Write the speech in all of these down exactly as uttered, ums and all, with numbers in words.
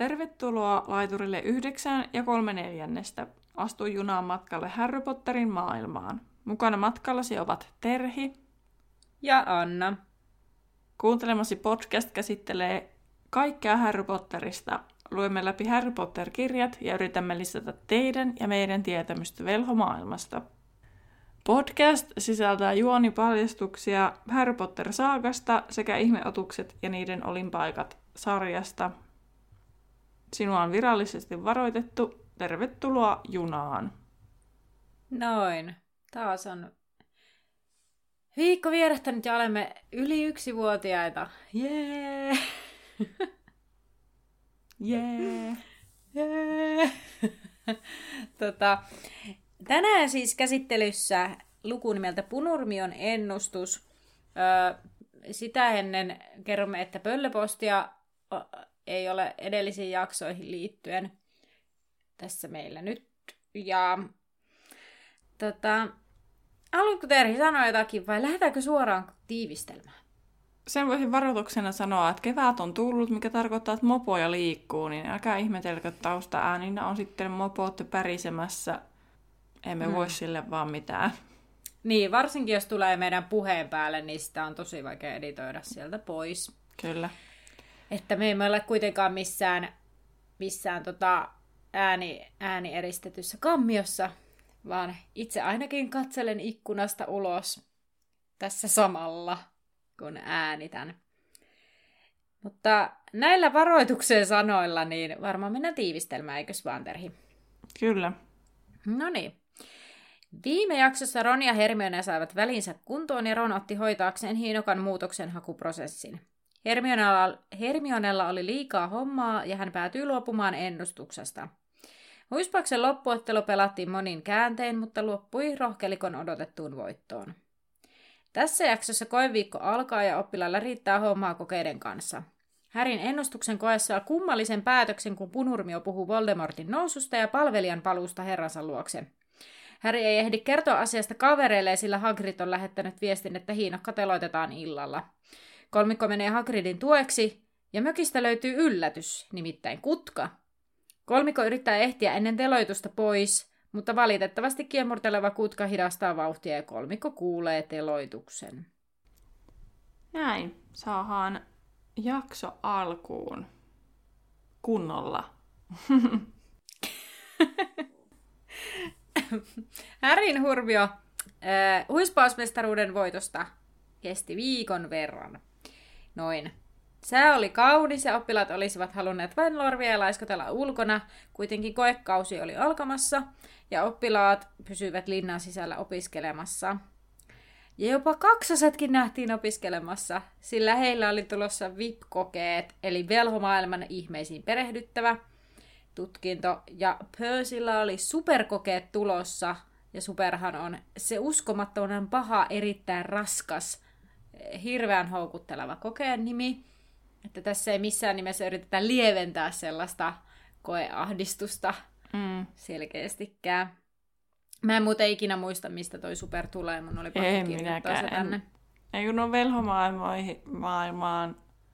tervetuloa laiturille yhdeksän ja kolme neljännestä. Astu junaan matkalle Harry Potterin maailmaan. Mukana matkallasi ovat Terhi ja Anna. Kuuntelemasi podcast käsittelee kaikkea Harry Potterista. Luemme läpi Harry Potter-kirjat ja yritämme lisätä teidän ja meidän tietämystä velhomaailmasta. Podcast sisältää juonipaljastuksia Harry Potter-saagasta sekä ihmeotukset ja niiden olinpaikat sarjasta. Sinua on virallisesti varoitettu. Tervetuloa junaan. Noin. Taas on viikko vierähtänyt ja olemme yli yksivuotiaita. Jee! Jee! Jee! tota, tänään siis käsittelyssä luku nimeltä Punurmion ennustus. Öö, sitä ennen kerromme, että pöllöpostia ei ole edellisiin jaksoihin liittyen tässä meillä nyt. Ja tota, haluatko Terhi sanoa jotakin vai lähdetäänkö suoraan tiivistelmään? Sen voisin varoituksena sanoa, että kevät on tullut, mikä tarkoittaa, että mopoja liikkuu, niin älkää ihmetelkö taustaääninä on sitten mopot pärisemässä. Emme hmm. voi sille vaan mitään. Niin, varsinkin jos tulee meidän puheen päälle, niin sitä on tosi vaikea editoida sieltä pois. Kyllä. Että me emme ole kuitenkaan missään, missään tota ääni, ääni eristetyssä kammiossa, vaan itse ainakin katselen ikkunasta ulos tässä samalla, kun äänitän. Mutta näillä varoituksen sanoilla, niin varmaan mennään tiivistelmään, eikös vaan, Terhi? Kyllä. No niin. Viime jaksossa Ron ja Hermione saivat välinsä kuntoon ja Ron otti hoitaakseen hiinokan muutoksen hakuprosessin. Hermionella, Hermionella oli liikaa hommaa ja hän päätyi luopumaan ennustuksesta. Huispaksen loppuottelu pelattiin monin kääntein, mutta loppui rohkelikon odotettuun voittoon. Tässä jaksossa koeviikko alkaa ja oppilailla riittää hommaa kokeiden kanssa. Harryn ennustuksen koe saa kummallisen päätöksen, kun Punurmio puhuu Voldemortin noususta ja palvelijan paluusta herransa luokse. Harry ei ehdi kertoa asiasta kavereille, sillä Hagrid on lähettänyt viestin, että hiinokka teloitetaan illalla. Kolmikko menee Hagridin tueksi, ja mökistä löytyy yllätys, nimittäin kutka. Kolmikko yrittää ehtiä ennen teloitusta pois, mutta valitettavasti kiemurteleva kutka hidastaa vauhtia ja kolmikko kuulee teloituksen. Näin, saadaan jakso alkuun kunnolla. Harryn hurmio äh, huispausmestaruuden voitosta kesti viikon verran. Noin. Sää oli kaunis ja oppilaat olisivat halunneet vain lorvia ja laiskotella ulkona. Kuitenkin koekausi oli alkamassa ja oppilaat pysyivät linnan sisällä opiskelemassa. Ja jopa kaksosetkin nähtiin opiskelemassa, sillä heillä oli tulossa V I P-kokeet, eli velhomaailman ihmeisiin perehdyttävä tutkinto. Ja Percyllä oli superkokeet tulossa, ja superhan on se uskomattoman paha, erittäin raskas, hirveän houkutteleva kokeen nimi. Että tässä ei missään nimessä yritetä lieventää sellaista koeahdistusta mm. selkeästikään. Mä en muuten ikinä muista, mistä toi super tulee. Mun oli pakko kirjoittaa se tänne. Ei kun on velhomaailmaan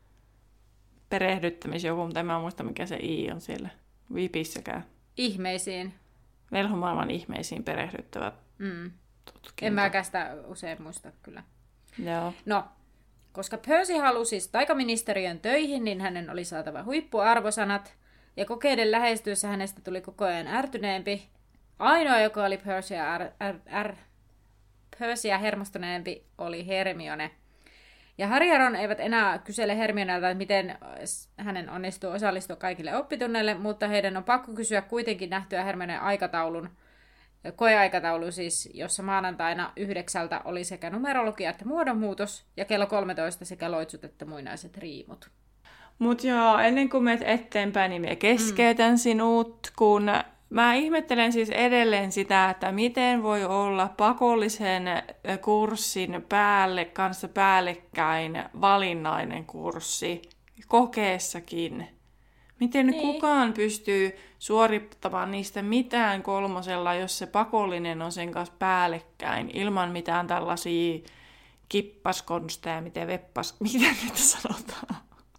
perehdyttämis joku, mutta en mä muista, mikä se I on siellä Vipissäkään. Ihmeisiin. Velhomaailman ihmeisiin perehdyttävä mm. tutkinto. En mäkään sitä usein muista kyllä. Joo. No, koska Percy halusi siis taikaministeriön töihin, niin hänen oli saatava huippuarvosanat. Ja kokeiden lähestyessä hänestä tuli koko ajan ärtyneempi. Ainoa, joka oli Percyä, är, är, är, Percyä hermostuneempi, oli Hermione. Ja Harry ja Ron eivät enää kysele Hermionelta, miten hänen onnistuu osallistua kaikille oppitunneille, mutta heidän on pakko kysyä kuitenkin nähtyä Hermioneen aikataulun, koeaikataulu siis, jossa maanantaina yhdeksältä oli sekä numerologia että muodonmuutos, ja kello kolmetoista sekä loitsut että muinaiset riimut. Mut joo, ennen kuin menet eteenpäin, niin minä keskeytän mm. sinut, kun mä ihmettelen siis edelleen sitä, että miten voi olla pakollisen kurssin päälle kanssa päällekkäin valinnainen kurssi kokeessakin. Miten niin. kukaan pystyy suorittamaan niistä mitään kolmosella, jos se pakollinen on sen kanssa päällekkäin, ilman mitään tällaisia kippaskonsteja, miten veppas, miten niitä sanotaan?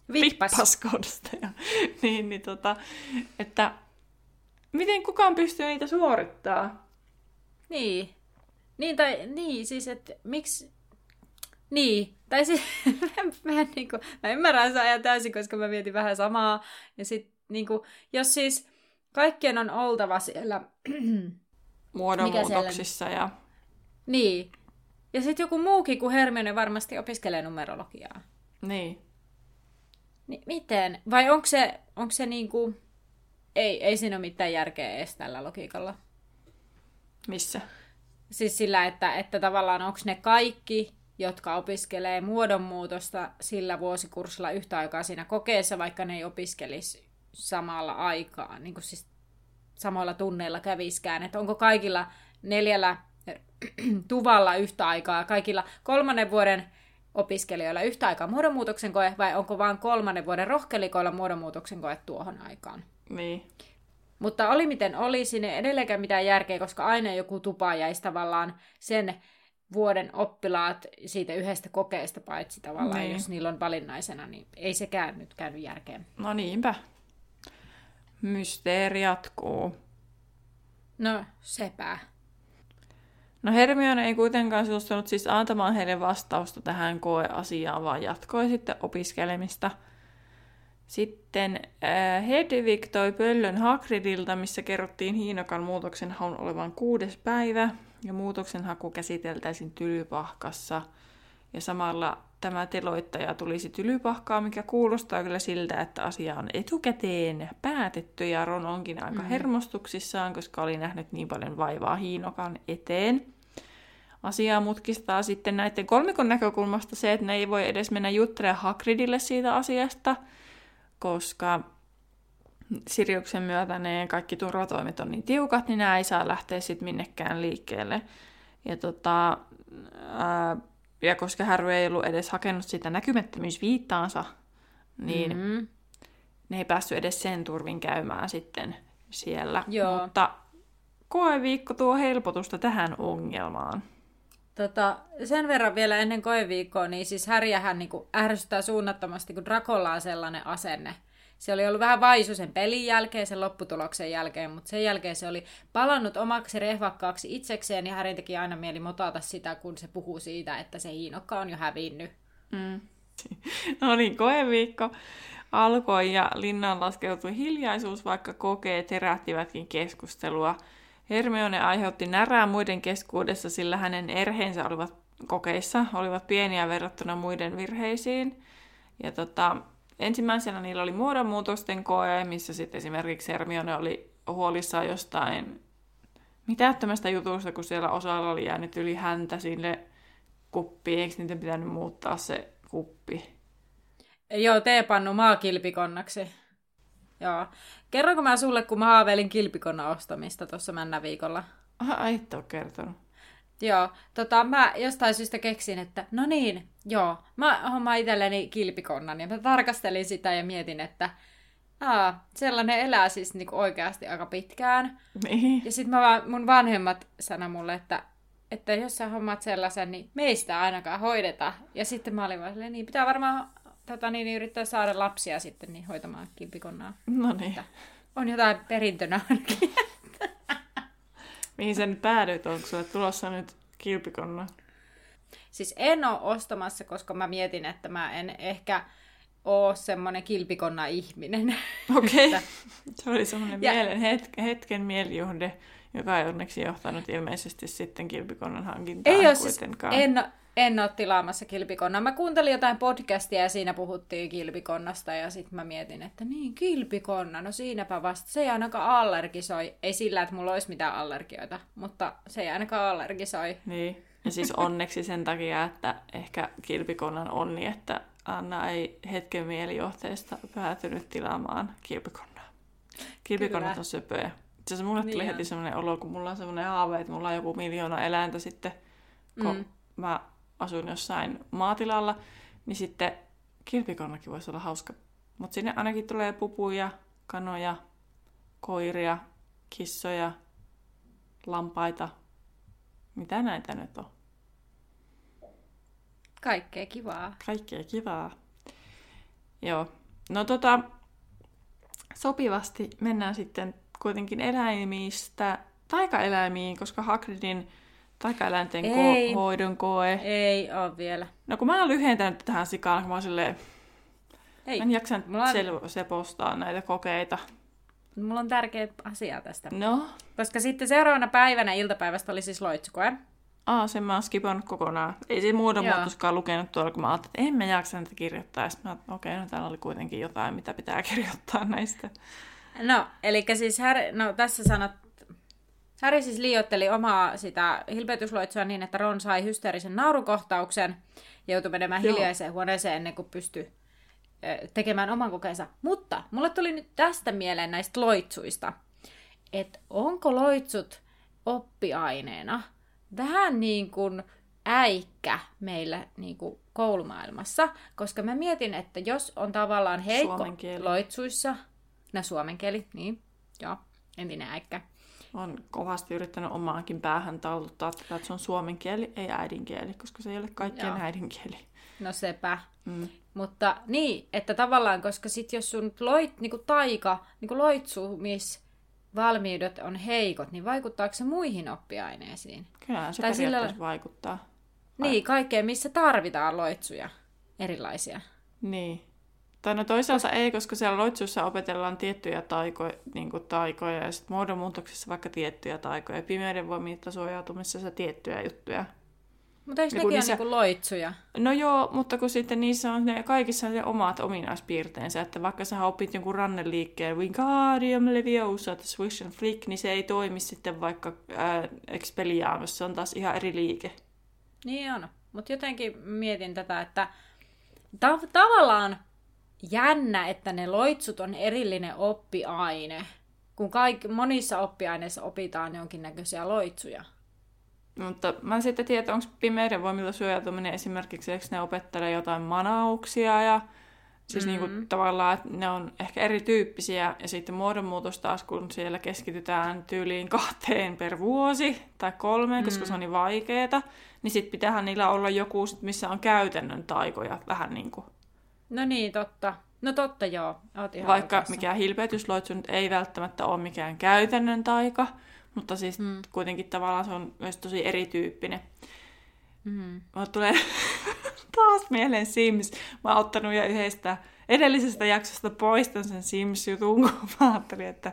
Vippas. vippaskoulusta. Ja, niin, niin tota, että miten kukaan pystyy niitä suorittaa? Niin. Niin, tai niin, siis, että miksi... Niin, tai siis mä, en, niin kuin, mä ymmärrän sen ajan täysin, koska mä mietin vähän samaa. Ja sit, niin kuin, jos siis kaikkien on oltava siellä... muodonmuutoksissa ja... Niin. Ja sitten joku muukin kuin Hermione varmasti opiskelee numerologiaa. Niin. Niin miten? Vai onko se, onko se niinku... Ei, ei siinä ole mitään järkeä edes tällä logiikalla. Missä? Siis sillä, että, että tavallaan onko ne kaikki, jotka opiskelee muodonmuutosta sillä vuosikurssilla yhtä aikaa siinä kokeessa, vaikka ne ei opiskelisi samalla aikaa, niin kuin siis samoilla tunneilla käviskään. Että onko kaikilla neljällä tuvalla yhtä aikaa, kaikilla kolmannen vuoden opiskelijoilla yhtä aikaa muodonmuutoksen koe, vai onko vain kolmannen vuoden rohkelikoilla muodonmuutoksen koe tuohon aikaan? Niin. Mutta oli miten oli, siinä ei edelleenkään mitään järkeä, koska aina joku tupa jäisi tavallaan sen vuoden oppilaat siitä yhdestä kokeesta, paitsi tavallaan, niin. Jos niillä on valinnaisena, niin ei sekään nyt käynyt järkeen. No niinpä. Mysteeri jatkuu. No, sepä. No Hermione ei kuitenkaan suostunut siis antamaan heille vastausta tähän koeasiaan, vaan jatkoi sitten opiskelemista. Sitten äh, Hedwig toi pöllön Hagridilta, missä kerrottiin Hiinokan muutoksen haun olevan kuudes päivä, ja muutoksen haku käsiteltäisiin Tylypahkassa. Ja samalla tämä teloittaja tulisi Tylypahkaa, mikä kuulostaa kyllä siltä, että asia on etukäteen päätetty, ja Ron onkin aika mm. hermostuksissaan, koska oli nähnyt niin paljon vaivaa Hiinokan eteen. Asiaa mutkistaa sitten näiden kolmikon näkökulmasta se, että ne ei voi edes mennä juttelemaan Hagridille siitä asiasta, koska Siriuksen myötä ne kaikki turvatoimet on niin tiukat, niin nämä ei saa lähteä sitten minnekään liikkeelle. Ja, tota, ää, ja koska Harry ei ollut edes hakenut sitä näkymättömyysviittaansa, niin mm-hmm. ne ei päässyt edes sen turvin käymään sitten siellä. Joo. Mutta koeviikko tuo helpotusta tähän ongelmaan. Tota, sen verran vielä ennen koeviikkoa, niin siis Harryhän niin ärsyttää suunnattomasti, kun Dracolla on sellainen asenne. Se oli ollut vähän vaisu sen pelin jälkeen, sen lopputuloksen jälkeen, mutta sen jälkeen se oli palannut omaksi rehvakkaaksi itsekseen, ja Harry teki aina mieli motata sitä, kun se puhuu siitä, että se Hiinokka on jo hävinnyt. Mm. No niin, koeviikko alkoi ja linnaan laskeutui hiljaisuus, vaikka kokeet herättivätkin keskustelua. Hermione aiheutti närää muiden keskuudessa, sillä hänen erheensä olivat kokeissa olivat pieniä verrattuna muiden virheisiin. Ja tota, ensimmäisenä niillä oli muodonmuutosten koe, missä sitten esimerkiksi Hermione oli huolissaan jostain mitättömästä jutusta, kun siellä osalla oli jäänyt yli häntä sille kuppiin. Eikö niitä pitänyt muuttaa se kuppi? Joo, teepannu maakilpikonnaksi. Joo. Kerronko mä sulle, kun mä haaveilin kilpikonna ostamista tuossa männä viikolla? Aha, et ole kertonut. Joo, tota, mä jostain syystä keksin, että no niin, joo, mä hommaan itselleni kilpikonnan, ja mä tarkastelin sitä ja mietin, että aa, sellainen elää siis niinku oikeasti aika pitkään. Niin. Ja sit mä vaan, mun vanhemmat sanoi mulle, että, että jos sä hommat sellaisen, niin meistä ainakaan hoideta. Ja sitten mä olin vaan silleen, niin pitää varmaan tota, niin, yrittää saada lapsia sitten niin hoitamaan kilpikonnaa. No niin. Että on jotain perintönä ainakin. Mihin sä nyt päädyit? Onko sulle tulossa nyt kilpikonna? Siis en ole ostamassa, koska mä mietin, että mä en ehkä ole semmoinen kilpikonna-ihminen. Okei. Okay. Se oli semmoinen ja... mielen hetken, hetken mielijuhde, joka ei onneksi johtanut ilmeisesti sitten kilpikonnan hankintaan ei kuitenkaan. Siis, en, en ole tilaamassa kilpikonnaa. Mä kuuntelin jotain podcastia ja siinä puhuttiin kilpikonnasta ja sitten mä mietin, että niin, kilpikonna, no siinäpä vasta. Se ei ainakaan allergisoi. Ei sillä, että mulla olisi mitään allergioita, mutta se ei ainakaan allergisoi. Niin, ja siis onneksi sen takia, että ehkä kilpikonnan onni, että Anna ei hetken mielijohteesta päätynyt tilaamaan kilpikonnaa. Kilpikonnat Kyllä. on söpöjä. Itse asiassa mulle tuli niin heti semmoinen olo, kun mulla on semmoinen haave, että mulla on joku miljoona eläintä sitten, kun mm. mä asun jossain maatilalla, niin sitten kilpikonnakin voisi olla hauska. Mutta sinne ainakin tulee pupuja, kanoja, koiria, kissoja, lampaita. Mitä näitä nyt on? Kaikkea kivaa. Kaikkea kivaa. Joo. No tota, sopivasti mennään sitten kuitenkin eläimistä taikaeläimiin, koska Hagridin taikaeläinten ko- hoidon koe... Ei ole vielä. No kun mä oon lyhentänyt tähän sikaan, kun mä oon silleen... Ei. Mä en jaksa Mulla on... sel- sepostaa näitä kokeita. Mulla on tärkeä asia tästä. No? Koska sitten seuraavana päivänä iltapäivästä oli siis loitsukoe. Aa, sen mä oon skipannut kokonaan. Ei se muodonmuutoskaan lukenut tuolla, kun mä ajattelin, että en mä jaksa näitä kirjoittaa. Ja sitten mä okei, okay, no täällä oli kuitenkin jotain, mitä pitää kirjoittaa näistä. No, eli siis Harry, no tässä sanot, Harry siis liioitteli omaa sitä hilpeytysloitsua niin, että Ron sai hysteerisen naurukohtauksen ja joutui menemään Joo. hiljaiseen huoneeseen ennen kuin pystyi tekemään oman kokeensa. Mutta mulle tuli nyt tästä mieleen näistä loitsuista, että onko loitsut oppiaineena vähän niin kuin äikkä meillä niin kuin koulumaailmassa, koska mä mietin, että jos on tavallaan heikko loitsuissa, no suomen kieli, niin joo, entinen äikkä. Olen kovasti yrittänyt omaankin päähän talluttaa tätä, että se on suomen kieli, ei äidinkieli, koska se ei ole kaikkien joo. äidinkieli. No sepä. Mm. Mutta niin, että tavallaan, koska sit jos sun loit, niin kuin taika, niin kuin loitsumisvalmiudet on heikot, niin vaikuttaako se muihin oppiaineisiin? Kyllähän se tai periaatteessa sillä... vaikuttaa. Niin, kaikkeen, missä tarvitaan loitsuja erilaisia. Niin. Tai no toisaalta ei, koska siellä loitsussa opetellaan tiettyjä taikoja, niin kuin taikoja ja sitten muodonmuutoksessa vaikka tiettyjä taikoja. Pimeyden voimista suojautumisessa tiettyjä juttuja. Mutta eikö nekin niissä... ole niinku loitsuja? No joo, mutta kun sitten niissä on ne, kaikissa on ne omat ominaispiirteensä, että vaikka sä opit jonkun ranneliikkeen, Wingardium Leviosa, Swish and Flick, niin se ei toimi sitten vaikka ää, Expelliarmus, se on taas ihan eri liike. Niin on, mutta jotenkin mietin tätä, että ta- tavallaan jännä, että ne loitsut on erillinen oppiaine, kun kaik- monissa oppiaineissa opitaan jonkinnäköisiä loitsuja. Mutta mä sitten tiedän, onko pimeyden voimilla suojautuminen esimerkiksi, eikö ne opettelee jotain manauksia ja siis mm-hmm. niinku tavallaan, että ne on ehkä erityyppisiä ja sitten muodonmuutos taas, kun siellä keskitytään tyyliin kahteen per vuosi tai kolmeen, mm-hmm. koska se on niin vaikeeta, niin sitten pitäähän niillä olla joku, missä on käytännön taikoja vähän niin kuin. No niin, totta. No totta, joo. Oot ihan vaikka oikeassa. mikään hilpeytysloitsu nyt ei välttämättä ole mikään käytännön taika, mutta siis mm. kuitenkin tavallaan se on myös tosi erityyppinen. Mm. Mulle tulee taas mieleen Sims. Mä oon ottanut jo yhdestä edellisestä jaksosta poistan sen Sims-jutun, kun mä ajattelin, että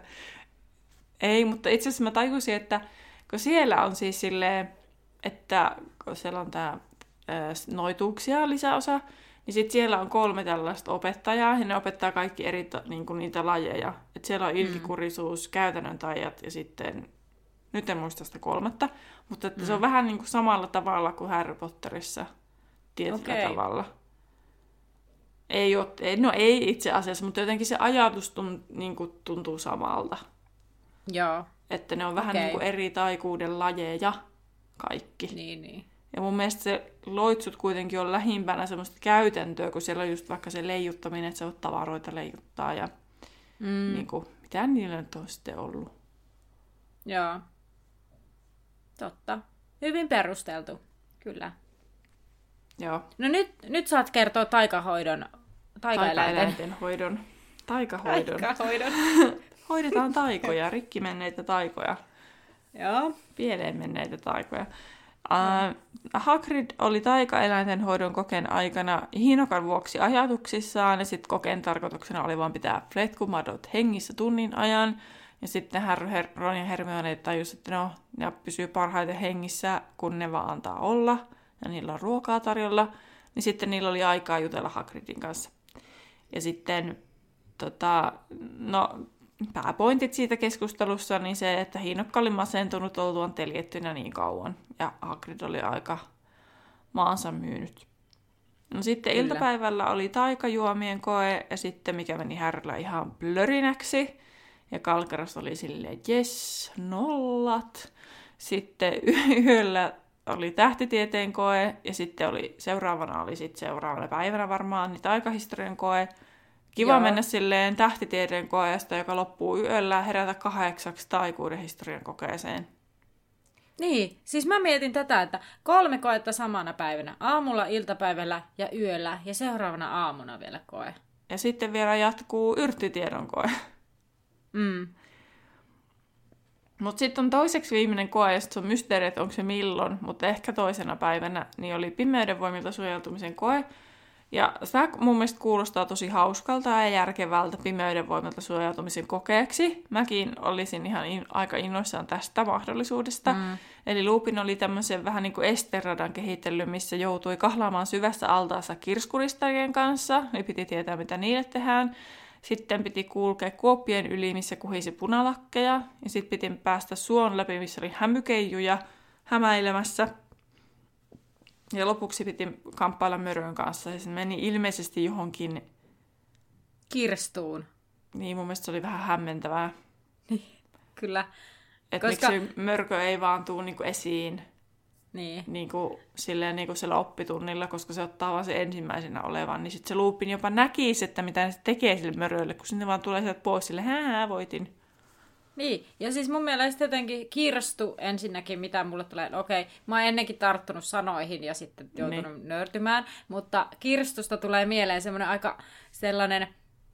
ei, mutta itse asiassa mä tajusin, että kun siellä on siis silleen, että kun siellä on tää ää, noituuksia lisäosa, niin sitten siellä on kolme tällaista opettajaa, ja ne opettaa kaikki eri niin kuin niitä lajeja. Et siellä on ilkikurisuus, mm. käytännön taijat ja sitten, nyt en muista sitä kolmatta, mutta että mm. se on vähän niin kuin samalla tavalla kuin Harry Potterissa tietyllä okay. tavalla. Ei ole, ei, no ei itse asiassa, mutta jotenkin se ajatus tunt, niin kuin tuntuu samalta. Joo. Että ne on vähän okay. niin kuin eri taikuuden lajeja kaikki. Niin, niin. Ja mun mielestä se loitsut kuitenkin on lähimpänä semmoista käytäntöä, kun siellä on just vaikka se leijuttaminen, että sä voit tavaroita leijuttaa ja mm. niin kuin, mitä niillä nyt on sitten ollut. Joo. Totta. Hyvin perusteltu, kyllä. Joo. No nyt, nyt saat kertoa taikahoidon, taikaeläinten. Taikaeläinten hoidon. Taikahoidon. Taikahoidon. Hoidetaan taikoja, rikki menneitä taikoja. Joo. Pieleen menneitä taikoja. Uh, Hagrid oli taikaeläinten hoidon kokeen aikana Hinokan vuoksi ajatuksissaan, ja sitten kokeen tarkoituksena oli vaan pitää fletkumadot hengissä tunnin ajan, ja sitten Harry, Her- Ron ja Hermione tajusivat, että no, ne pysyy parhaiten hengissä, kun ne vaan antaa olla, ja niillä on ruokaa tarjolla, niin sitten niillä oli aikaa jutella Hagridin kanssa. Ja sitten, tota, no, pääpointit siitä keskustelussa, niin se, että Hinokka oli masentunut oltuaan teljettynä niin kauan, ja Hagrid oli aika maansa myynyt. No sitten Kyllä. iltapäivällä oli taikajuomien koe, ja sitten mikä meni Harryllä ihan blörinäksi, ja Kalkaras oli silleen, jes, nollat. Sitten yöllä oli tähtitieteen koe, ja sitten oli, seuraavana oli sitten seuraavana päivänä varmaan niin taikahistorian koe. Kiva Joo. mennä silleen tähtitieteen koeesta, joka loppuu yöllä, herätä kahdeksaksi taikuuden historian kokeeseen. Niin, siis mä mietin tätä, että kolme koetta samana päivänä. Aamulla, iltapäivällä ja yöllä ja seuraavana aamuna vielä koe. Ja sitten vielä jatkuu yrttitiedon koe. Mm. Mutta sitten on toiseksi viimeinen koe, ja se on mysteeri, että onko se milloin, mutta ehkä toisena päivänä, niin oli pimeyden voimilta suojautumisen koe. Ja tämä mun mielestä kuulostaa tosi hauskalta ja järkevältä pimeyden voimilta suojautumisen kokeeksi. Mäkin olisin ihan in, aika innoissaan tästä mahdollisuudesta. Mm. Eli Lupin oli tämmöisen vähän niin kuin esteradan kehitellyt, missä joutui kahlaamaan syvässä altaassa kirskuristarien kanssa. Niin piti tietää, mitä niille tehdään. Sitten piti kulkea kuoppien yli, missä kuhisi punalakkeja. Ja sitten piti päästä suon läpi, missä oli hämykeijuja hämäilemässä. Ja lopuksi piti kamppailla mörön kanssa. Ja se meni ilmeisesti johonkin... Kirstuun. Niin, mun mielestä se oli vähän hämmentävää. Kyllä. Että koska... miksi mörkö ei vaan tule niinku esiin niin. Niinku, silleen niinku siellä oppitunnilla, koska se ottaa vaan se ensimmäisenä olevan. Niin sitten se Lupin jopa näkisi, että mitä se tekee sille mörölle, kun sinne vaan tulee sieltä pois sille, hää, voitin. Niin, ja siis mun mielestä jotenkin kirstu ensinnäkin, mitä mulle tulee, no okei, mä oon ennenkin tarttunut sanoihin ja sitten joutunut niin. nördymään, mutta kirstusta tulee mieleen semmoinen aika sellainen,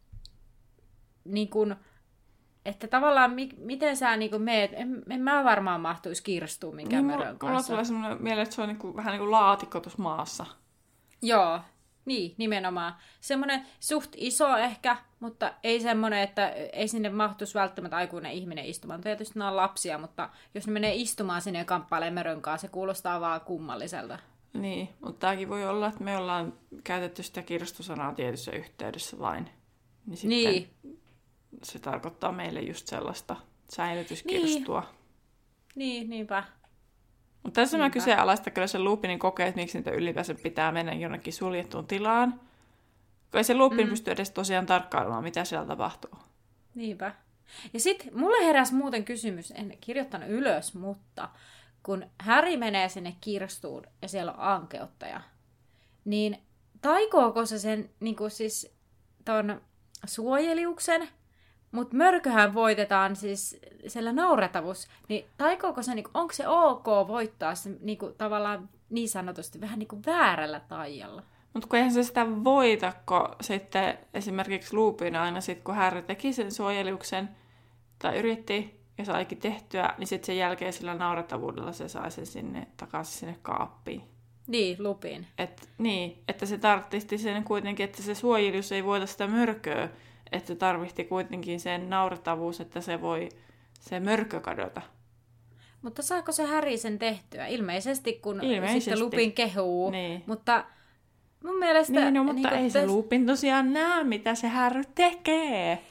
niin kuin, että tavallaan mi- miten sä niin kuin meet, en, en mä varmaan mahtuisi kirstuun minkään niin, mörön kanssa. Mulla tulee semmoinen mieleen, että se on niin kuin, vähän niin kuin laatikko tuossa maassa. Joo. Niin, nimenomaan. Semmoinen suht iso ehkä, mutta ei semmoinen, että ei sinne mahtuisi välttämättä aikuinen ihminen istumaan. Tietysti nämä on lapsia, mutta jos ne menee istumaan sinne ja kamppailemaan mörön kanssa, se kuulostaa vaan kummalliselta. Niin, mutta tämäkin voi olla, että me ollaan käytetty sitä kirstusanaa tietyssä yhteydessä vain. Niin sitten niin. Se tarkoittaa meille just sellaista säilytyskirstua. Niin, niin niinpä. Mutta tässä mä kyseenalaistan kyllä sen Lupinin kokeet, miksi niitä ylipäänsä pitää mennä jonnekin suljettuun tilaan. Kun ei se Lupin mm. pysty edes tosiaan tarkkailemaan, mitä siellä tapahtuu. Niinpä. Ja sitten mulle heräsi muuten kysymys, en kirjoittanut ylös, mutta kun Harry menee sinne kirstuun ja siellä on ankeuttaja, niin taikooko se sen niin kuin siis ton suojeliuksen, mutta mörköhän voitetaan siis siellä naurettavuus, niin taikooko se, niinku, onko se ok voittaa se niinku, tavallaan niin sanotusti vähän niinku väärällä taijalla? Mutta kun eihän se sitä voita, kun sitten esimerkiksi Lupin aina, sit, kun Harry teki sen suojeliuksen tai yritti ja saikin tehtyä, niin sitten sen jälkeen sillä naurettavuudella se sai sen sinne takaisin sinne kaappiin. Niin, Lupin. Et, niin, että se tarvitsi sen kuitenkin, että se suojelius ei voita sitä mörköä, että se tarvitsi kuitenkin sen naurettavuus, että se voi se mörkö kadota. Mutta saako se Harry sen tehtyä? Ilmeisesti, kun Ilmeisesti. Sitten Lupin kehuu. Niin. Mutta mun mielestä... Niin, no, mutta niin ei se Lupin tosiaan näe, mitä se Harry tekee.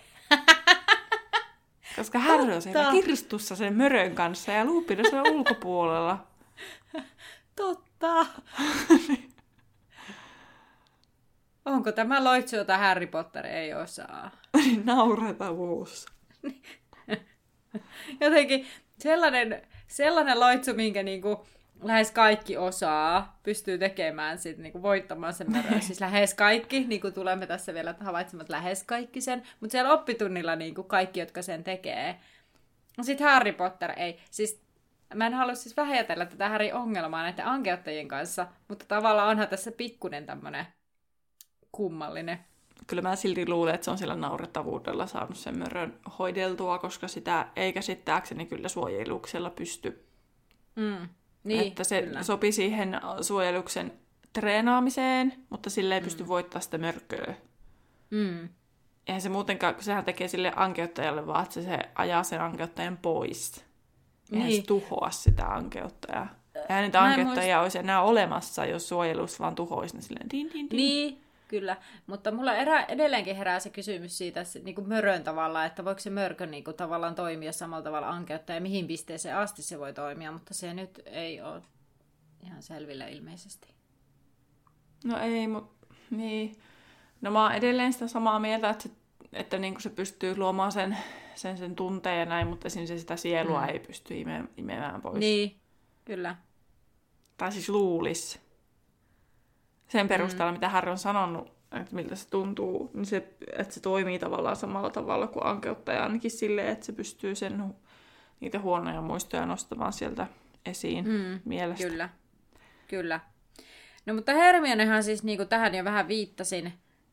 Koska Harry on siellä kirstussa sen mörön kanssa ja Lupin on siellä ulkopuolella. Totta. Onko tämä loitsu, jota Harry Potter ei osaa? Naurettavuus. Jotenkin sellainen, sellainen loitsu, minkä niinku lähes kaikki osaa, pystyy tekemään sit, niinku voittamaan sen mörön. Siis lähes kaikki, niin kuin tulemme tässä vielä havaitsemaan, että lähes kaikki sen. Mutta siellä oppitunnilla niinku kaikki, jotka sen tekee. Sitten Harry Potter ei. Siis mä en halua siis vähätellä tätä Harry ongelmaa näiden ankeuttajien kanssa, mutta tavallaan onhan tässä pikkuinen tämmönen kummallinen. Kyllä mä silti luulen, että se on sillä naurettavuudella saanut sen mörön hoideltua, koska sitä ei käsittääkseni kyllä suojeluksella pysty. Mm, niin, että se kyllä. sopi siihen suojeluksen treenaamiseen, mutta sille ei mm. pysty voittamaan sitä mörköä. Mm. Eihän se muutenkaan, kun sehän tekee sille ankeuttajalle vaan, että se, se ajaa sen ankeuttajan pois. Eihän niin. se tuhoa sitä ankeuttajaa. Eihän niitä ankeuttajia muist... olisi enää olemassa, jos suojelus vaan tuhoisi ne silleen din, din, din. Niin, kyllä. Mutta mulla erä, edelleenkin herää se kysymys siitä niin kuin mörön tavalla, että voiko se mörkö niin kuin, tavallaan toimia samalla tavalla ankeuttaja ja mihin pisteeseen asti se voi toimia, mutta se nyt ei ole ihan selvillä ilmeisesti. No ei, mutta niin. No mä oon edelleen sitä samaa mieltä, että se, että niin kuin se pystyy luomaan sen, sen, sen tunteen ja näin, mutta esimerkiksi sitä sielua mm. ei pysty ime, imemään pois. Niin, kyllä. Tai siis luulisi. Sen perusteella, mm. mitä Harry on sanonut, että miltä se tuntuu, niin se, että se toimii tavallaan samalla tavalla kuin ankeuttaja, ainakin silleen, että se pystyy sen, niitä huonoja muistoja nostamaan sieltä esiin mm. mielestä. Kyllä, kyllä. No mutta Hermionehan siis, niin kuin tähän jo vähän viittasin,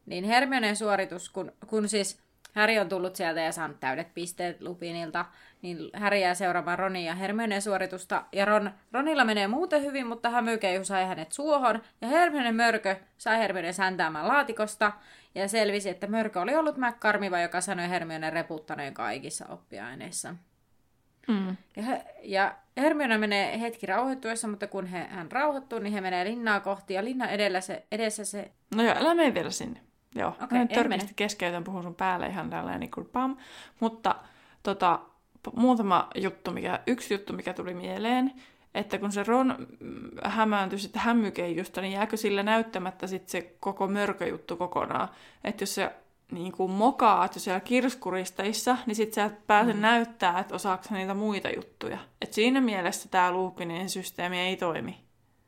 niin Hermionen suoritus, kun, kun siis Harry on tullut sieltä ja saanut täydet pisteet Lupinilta, niin Harry jää seuraamaan Ronin ja Hermionen suoritusta. Ja Ron, Ronilla menee muuten hyvin, mutta hämykeiju sai hänet suohon. Ja Hermionen mörkö sai Hermionen säntäämään laatikosta. Ja selvisi, että mörkö oli ollut McCormiva, joka sanoi Hermionen reputtaneen kaikissa oppiaineissa. Mm. Ja, ja Hermione menee hetki rauhoittuessa, mutta kun he, hän rauhoittuu, niin he menee linnaa kohti. Ja linnan edellä se, edessä se... No joo, älä mene vielä sinne. Joo, okay, mä törkeästi keskeytän, puhun sun päälle ihan tällainen niin kuin pam. Mutta tota, muutama juttu, mikä, yksi juttu, mikä tuli mieleen, että kun se Ron hämääntyi sitten hämmykeijusta, niin jääkö sillä näyttämättä sitten se koko mörköjuttu kokonaan. Että jos se niin kuin mokaat jo siellä kirskuristeissa, niin sitten sä et pääse mm. näyttää, että osaako niitä muita juttuja. Että siinä mielessä tämä Lupinin systeemi ei toimi.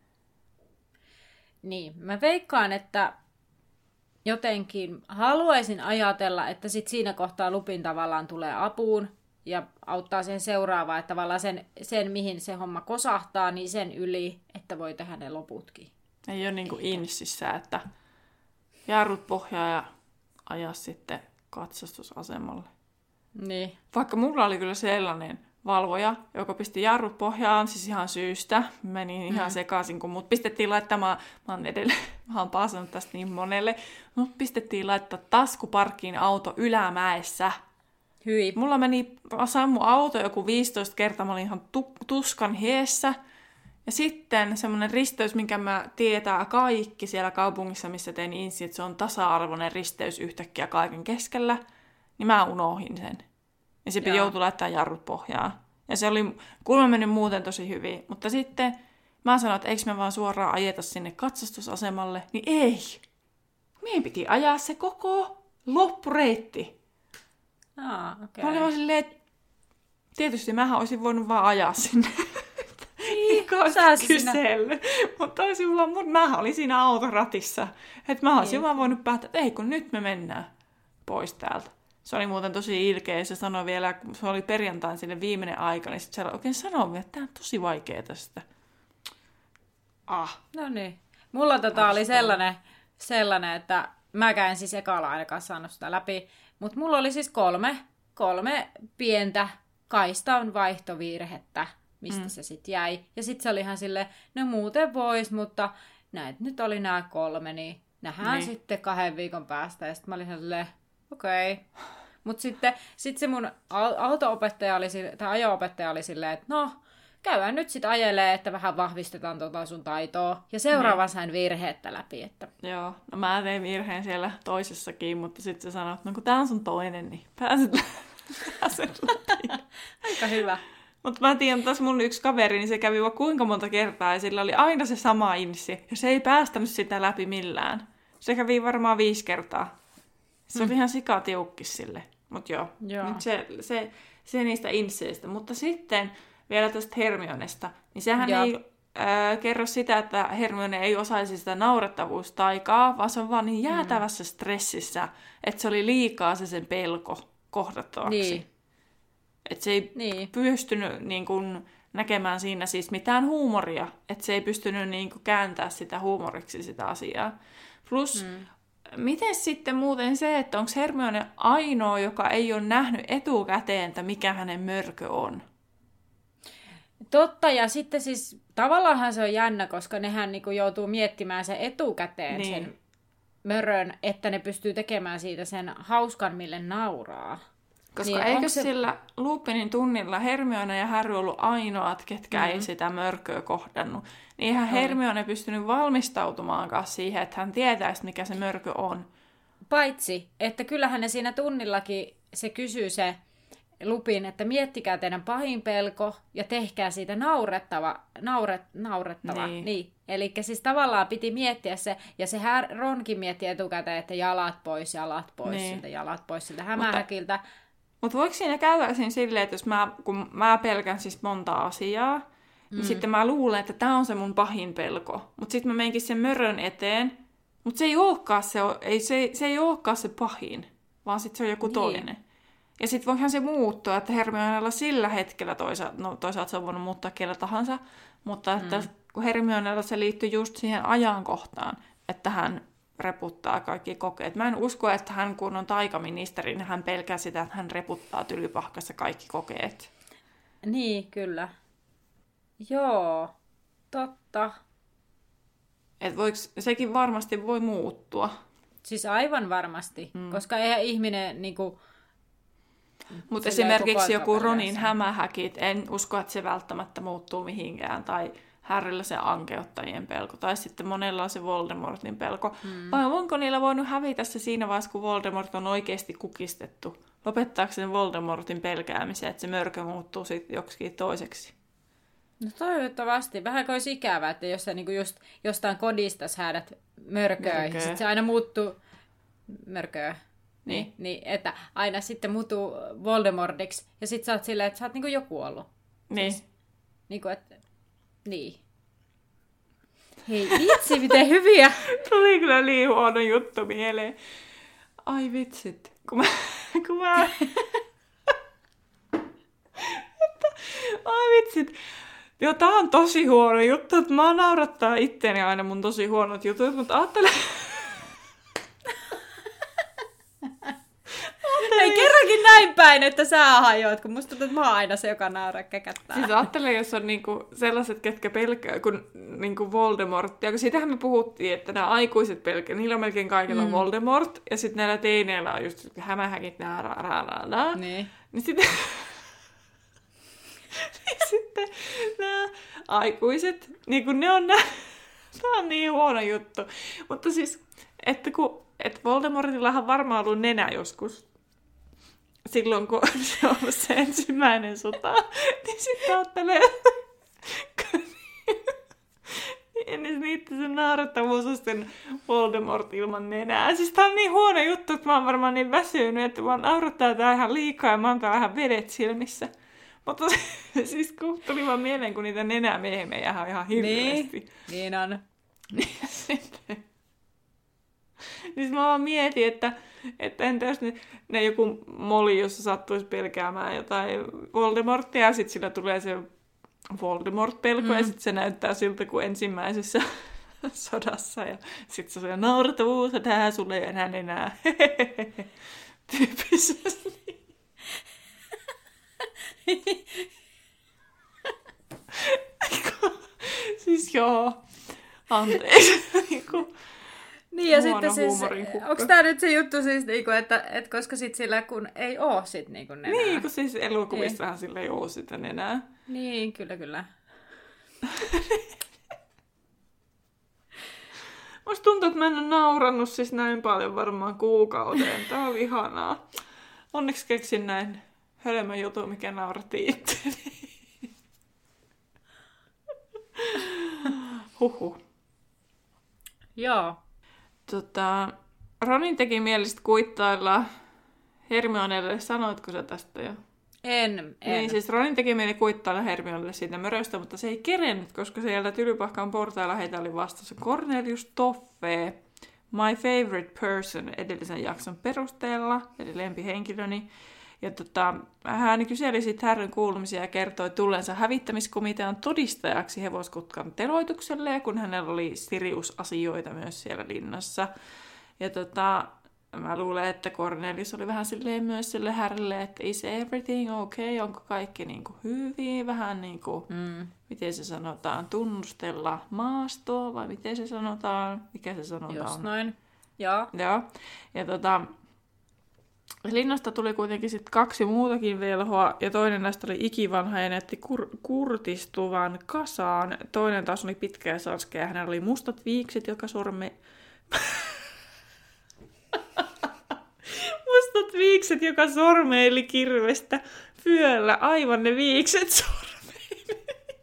Niin, mä veikkaan, että jotenkin haluaisin ajatella, että sit siinä kohtaa Lupin tavallaan tulee apuun ja auttaa sen seuraavaa, että tavallaan sen, sen, mihin se homma kosahtaa, niin sen yli, että voi tehdä ne loputkin. Ei ole niin kuin insissä, että jarrut pohjaa ja ajaa sitten katsastusasemalle. Niin. Vaikka mulla oli kyllä sellainen valvoja, joka pisti jarrut pohjaan, siis ihan syystä. Menin ihan mm. sekaisin, kun mut pistettiin laittamaan, mä oon edelleen, mä oon paasannut tästä niin monelle, mut pistettiin laittaa taskuparkkiin auto ylämäessä. Hyi. Mulla meni, sammu auto joku viisitoista kertaa, mä olin ihan tu- tuskan hiessä. Ja sitten semmoinen risteys, minkä mä tietää kaikki siellä kaupungissa, missä tein insi, että se on tasa-arvoinen risteys yhtäkkiä kaiken keskellä, niin mä unohin sen. Ja se joutui laittaa jarrut pohjaan. Ja se oli kuulemma mennyt muuten tosi hyvin. Mutta sitten mä sanoin, että eikö me vaan suoraan ajeta sinne katsastusasemalle, niin ei. Meidän piti ajaa se koko loppureitti. Ah, okay. Mä olin vaan silleen, että tietysti mähän olisin voinut vaan ajaa sinne. Niin, kysellyt. Mutta olisin mulla, mut mähän olin siinä autoratissa. Että mä olisin niin. vaan voinut päättää, että ei kun nyt me mennään pois täältä. Se oli muuten tosi ilkeä. Se sanoi vielä, kun se oli perjantain sinne viimeinen aika, niin sitten se oikein sanoi, että tämä on tosi vaikea tästä. Ah. No niin. Mulla tota oli sellainen, sellainen, että mäkään siis ekalla ainakaan saanut sitä läpi. Mutta mulla oli siis kolme, kolme pientä kaistan vaihtovirhettä, mistä mm. se sitten jäi. Ja sitten se oli ihan silleen, no muuten vois, mutta näet nyt oli nämä kolme, niin nähdään niin. sitten kahden viikon päästä. Ja sitten mä olin silleen, okei. Okay. Mutta sitten sit se mun auto-opettaja oli, tai ajo-opettaja oli silleen, että no, käydään nyt sitten ajelee, että vähän vahvistetaan tota sun taitoa. Ja seuraavan sain virheettä läpi. Että... Joo, no mä tein virheen siellä toisessakin, mutta sitten se sanoi, että no kun tää on sun toinen, niin pääset, pääset läpi. Aika hyvä. Mutta mä tiedän, että tässä mun yksi kaveri, niin se kävi vaan kuinka monta kertaa, ja sillä oli aina se sama inssi, ja se ei päästänyt sitä läpi millään. Se kävi varmaan viisi kertaa. Se oli mm. ihan sikatiukkis sille. Mutta joo, joo. Nyt se, se, se niistä insseistä. Mutta sitten vielä tästä Hermionesta, niin sehän Jop. ei äh, kerro sitä, että Hermione ei osaisi sitä naurettavuustaikaa, vaan se on vaan niin jäätävässä mm. stressissä, että se oli liikaa se sen pelko kohdattavaksi. Niin. Että se ei niin. pystynyt niin kun, näkemään siinä siis mitään huumoria. Että se ei pystynyt niin kun, kääntää sitä huumoriksi sitä asiaa. Plus, mm. miten sitten muuten se, että onko Hermione ainoa, joka ei ole nähnyt etukäteen, että mikä hänen mörkö on? Totta, ja sitten siis tavallaanhan se on jännä, koska nehän niin kun, joutuu miettimään sen etukäteen niin. sen mörön, että ne pystyy tekemään siitä sen hauskan, mille nauraa. Koska niin, eikö se... sillä Lupinin tunnilla Hermione ja Harry ollut ainoat, ketkä mm-hmm. ei sitä mörköä kohdannut. Niin eihän Hermione pystynyt valmistautumaankaan siihen, että hän tietäisi, mikä se mörkö on. Paitsi, että kyllähän ne siinä tunnillakin se kysyy se Lupin, että miettikää teidän pahin pelko ja tehkää siitä naurettava. Nauret, naurettava. Niin. Niin. Eli siis tavallaan piti miettiä se, ja se Ronkin mietti etukäteen, että jalat pois, jalat pois, niin. siltä, jalat pois siltä hämähäkiltä. Mutta... Mutta voiko siinä käydä siinä silleen, että jos mä, kun mä pelkän siis monta asiaa, niin mm. sitten mä luulen, että tää on se mun pahin pelko. Mutta sitten mä menenkin sen mörön eteen, mutta se ei olekaan se, ei, se, se ei olekaan se pahin, vaan sitten se on joku niin. toinen. Ja sitten voihan se muuttua, että Hermionella sillä hetkellä toisaalta, no toisaalta se on voinut muuttaa kellä tahansa, mutta että mm. kun Hermionella se liittyy just siihen ajankohtaan, että hän reputtaa kaikki kokeet. Mä en usko, että hän kun on taikaministeri, niin hän pelkää sitä, että hän reputtaa Tylypahkassa kaikki kokeet. Niin, kyllä. Joo, totta. Et voiko, sekin varmasti voi muuttua. Siis aivan varmasti, mm. koska eihän ihminen niinku... Mutta esimerkiksi joku Ronin hämähäkit, en usko, että se välttämättä muuttuu mihinkään. Tai Harryllä se ankeuttajien pelko. Tai sitten monella on se Voldemortin pelko. Mm. Vai onko niillä voinut hävitä se siinä vaiheessa, kun Voldemort on oikeasti kukistettu? Lopettaako sen Voldemortin pelkäämisen, että se mörkö muuttuu sitten joksikin toiseksi? No toivottavasti. Vähän olisi ikävää, että jos sä niinku just jostain kodista säädät mörköä, Mörköä. ja sitten se aina muuttuu mörköä. Niin. Niin, niin, että aina sitten muuttuu Voldemortiksi, ja sitten sä oot silleen, että sä oot niinku jo kuollut. Niin. Siis, niinku, että... Niin. Hei, vitsi, miten hyviä! Tuli kyllä niin huono juttu mieleen. Ai vitsit. Kun mä... Kun mä... että, ai vitsit. Joo, tää on tosi huono juttu, että mä naurattaa itteeni aina mun tosi huonot jutut, mutta ajattele... Ei kerrankin näin päin, että sä hajoat, kun musta tuntuu, että mä oon aina se, joka nauraa käkättää. Siis ajattele, jos on niinku sellaiset, ketkä pelkää, kun niinku Voldemort. Ja kun siitähän me puhuttiin, että nämä aikuiset pelkää, niillä on melkein kaikilla mm. Voldemort. Ja sitten näillä teineillä on just hämähäkit, nää ra ra ra ra. Niin. Niin sitten... niin sitten nämä aikuiset, niin kun ne on nää... Tämä on niin huono juttu. Mutta siis, että kun... Että Voldemortillahan varmaan ollut nenä joskus. Silloin, kun se on ollut se ensimmäinen sota, niin sitten ajattelee, niin niitä se naarattavuus on sitten Voldemort ilman nenää. Siis tää on niin huono juttu, että mä oon varmaan niin väsynyt, että mä naurattaa tää ihan liikaa ja mä oon vähän vedet silmissä. Mutta siis kun tuli vaan mieleen, kun niitä nenämeemejä on ihan hirveästi. Niin, niin on. Niin sitten... Niin mä vaan mietin, että, että entä jos ne, ne joku moli, jossa sattuisi pelkäämään jotain Voldemorttia, ja sitten sillä tulee se Voldemort-pelko, mm. ja sitten se näyttää siltä kuin ensimmäisessä sodassa, ja sitten se on se naurattavuus, että tää sulle ei enää enää. Tyyppisesti. Siis joo, anteeksi. Niin ja sitten siis, onko tämä nyt se juttu siis, niinku, että, että koska sit sillä kun ei oo sit niinku nenää? Niin, kun siis elokuvissahan sillä ei oo sitä nenää. Niin, kyllä kyllä. Musta tuntuu, että mä en ole naurannut siis näin paljon varmaan kuukauteen. Tää oli ihanaa. Onneksi keksin näin hölmön jutun, mikä nauratti itseäni. Huhhuh. Joo. Tota, Ronin teki mielestä kuittailla Hermionelle. Sanoitko sä tästä jo? En, en. Niin, siis Ronin teki mieli kuittailla Hermionelle siitä möröstä, mutta se ei kerennyt, koska sieltä Tylypahkan portailla heitä oli vastassa Cornelius Toffee, my favorite person edellisen jakson perusteella, eli lempihenkilöni. Ja tota, hän kyseli sitten Harryn kuulumisia ja kertoi tulleensa hävittämiskomitean todistajaksi hevoskutkan teloitukselle, kun hänellä oli Sirius-asioita myös siellä linnassa. Ja tota, mä luulen, että Cornelius oli vähän silleen myös sille Harrylle, että is everything okay, onko kaikki niinku hyvin, vähän niinku, mm. miten se sanotaan, tunnustella maastoa, vai miten se sanotaan, mikä se sanotaan? Just noin, joo. Joo, ja tota... Linnasta tuli kuitenkin sitten kaksi muutakin velhoa, ja toinen näistä oli ikivanha ja näytti kur- kurtistuvan kasaan. Toinen taas oli pitkä ja salskea, ja hänellä oli mustat viikset, joka sorme... mustat viikset, joka sormeili kirvestä vyöllä. Aivan ne viikset sormeili.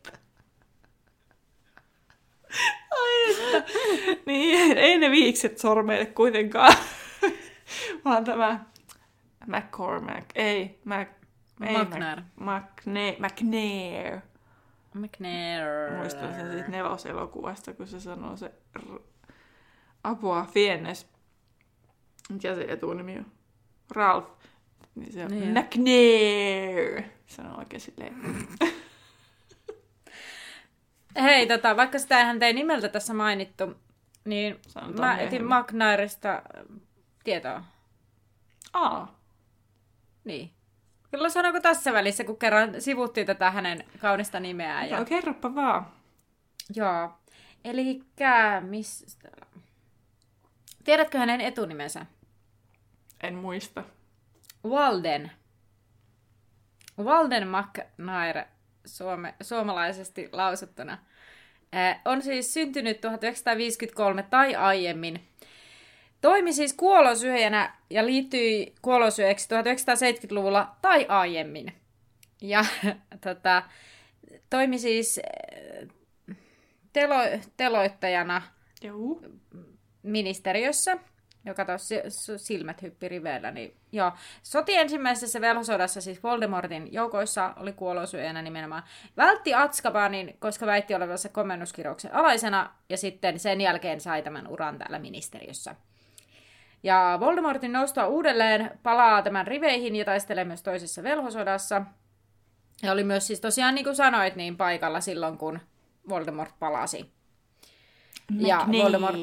Ai että. Niin, ei ne viikset sormeille kuitenkaan, vaan tämä... McCormack, ei, Mac... McNair. McNair. McNair. McNair. Muistan sen siitä neloselokuvasta, kun se sanoo se... R- Apua, Fiennes. Mikä se etunimi on? Ralph. Niin se on niin. McNair. Sanoo oikein silleen. Hei, tota, vaikka sitä eihän tein nimeltä tässä mainittu, Niin, Sanotaan mä etin myöhemmin. Magnairista tietoa. Aa. Niin. Kyllä sanoiko tässä välissä, kun kerran sivuttiin tätä hänen kaunista nimeään. Ja... Joo, kerropa vaan. Joo. Elikkä, mistä... Tiedätkö hänen etunimensä? En muista. Walden. Walden McNair, suome, suomalaisesti lausuttuna. Äh, on siis syntynyt tuhatyhdeksänsataaviisikymmentäkolme tai aiemmin. Toimi siis kuolosyöjänä ja liittyi kuolosyöjäksi tuhatyhdeksänsataaseitsemänkymmentäluvulla tai aiemmin. Ja tota, toimi siis telo, teloittajana Joo. ministeriössä, joka tuossa silmät hyppi riveillä. Niin, joo. Soti ensimmäisessä velhosodassa siis Voldemortin joukoissa oli kuolosyöjänä nimenomaan. Vältti Azkabanin, koska väitti olevansa komennuskirouksen alaisena, ja sitten sen jälkeen sai tämän uran täällä ministeriössä. Ja Voldemortin noustua uudelleen palaa tämän riveihin ja taistelee myös toisessa velhosodassa. Ja oli myös siis tosiaan, niin kuin sanoit, niin paikalla silloin, kun Voldemort palasi. Ja Voldemort...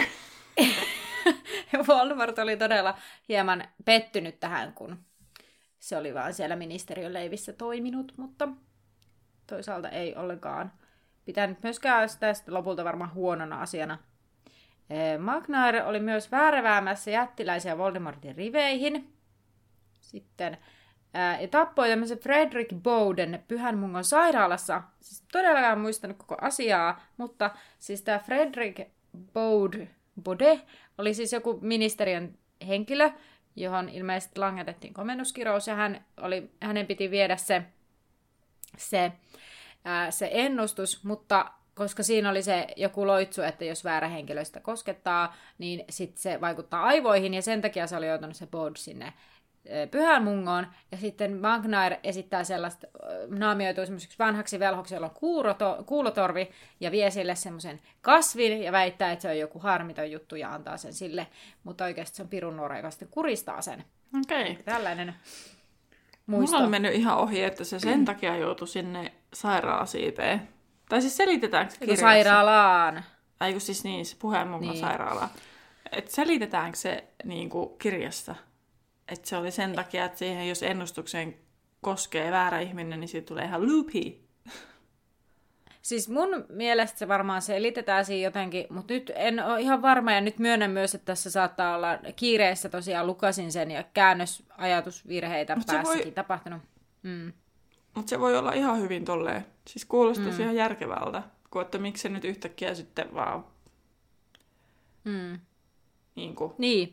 Voldemort oli todella hieman pettynyt tähän, kun se oli vaan siellä ministeriön leivissä toiminut, mutta toisaalta ei ollenkaan pitänyt myöskään sitä lopulta varmaan huonona asiana. Magnair oli myös vääreväämässä jättiläisiä Voldemortin riveihin. Sitten ää, ja tappoi tämmöisen Frederick Bowden Pyhänmungon sairaalassa. Siis todellakaan muistanut koko asiaa, mutta siis tämä Frederick Bode, Bode oli siis joku ministeriön henkilö, johon ilmeisesti langetettiin komennuskirous, ja hän oli, hänen piti viedä se, se, ää, se ennustus, mutta koska siinä oli se joku loitsu, että jos väärä henkilö sitä koskettaa, niin sitten se vaikuttaa aivoihin, ja sen takia se oli joutunut se Bode sinne Pyhänmungoon, ja sitten Magnair esittää sellaista, naamioituu semmoiseksi vanhaksi velhoksi, jolla on kuuroto, kuulotorvi, ja vie sille semmoisen kasvin, ja väittää, että se on joku harmiton juttu, ja antaa sen sille, mutta oikeasti se on pirun nuora, joka sitten kuristaa sen. Okei. Okay. Tällainen muisto. Mulla on mennyt ihan ohi, että se sen takia joutui sinne sairaalasiipeen. Tai siis selitetäänkö se kirjassa? Sairaalaan. Ai kun siis niin, se Pyhänmungon niin. sairaala. Et selitetäänkö se niin kuin kirjassa? Että se oli sen takia, että siihen, jos ennustukseen koskee väärä ihminen, niin siitä tulee ihan loopy. Siis mun mielestä se varmaan selitetään siinä jotenkin, mutta nyt en ole ihan varma, ja nyt myönnän myös, että tässä saattaa olla kiireessä tosiaan lukasin sen, ja käännösajatusvirheitä Mut päässäkin voi... tapahtunut. Mm. Mutta se voi olla ihan hyvin tolleen. Siis kuulostaisi Mm. ihan järkevältä, kun että miksi se nyt yhtäkkiä sitten vaan Mm. niin kuin... Niin.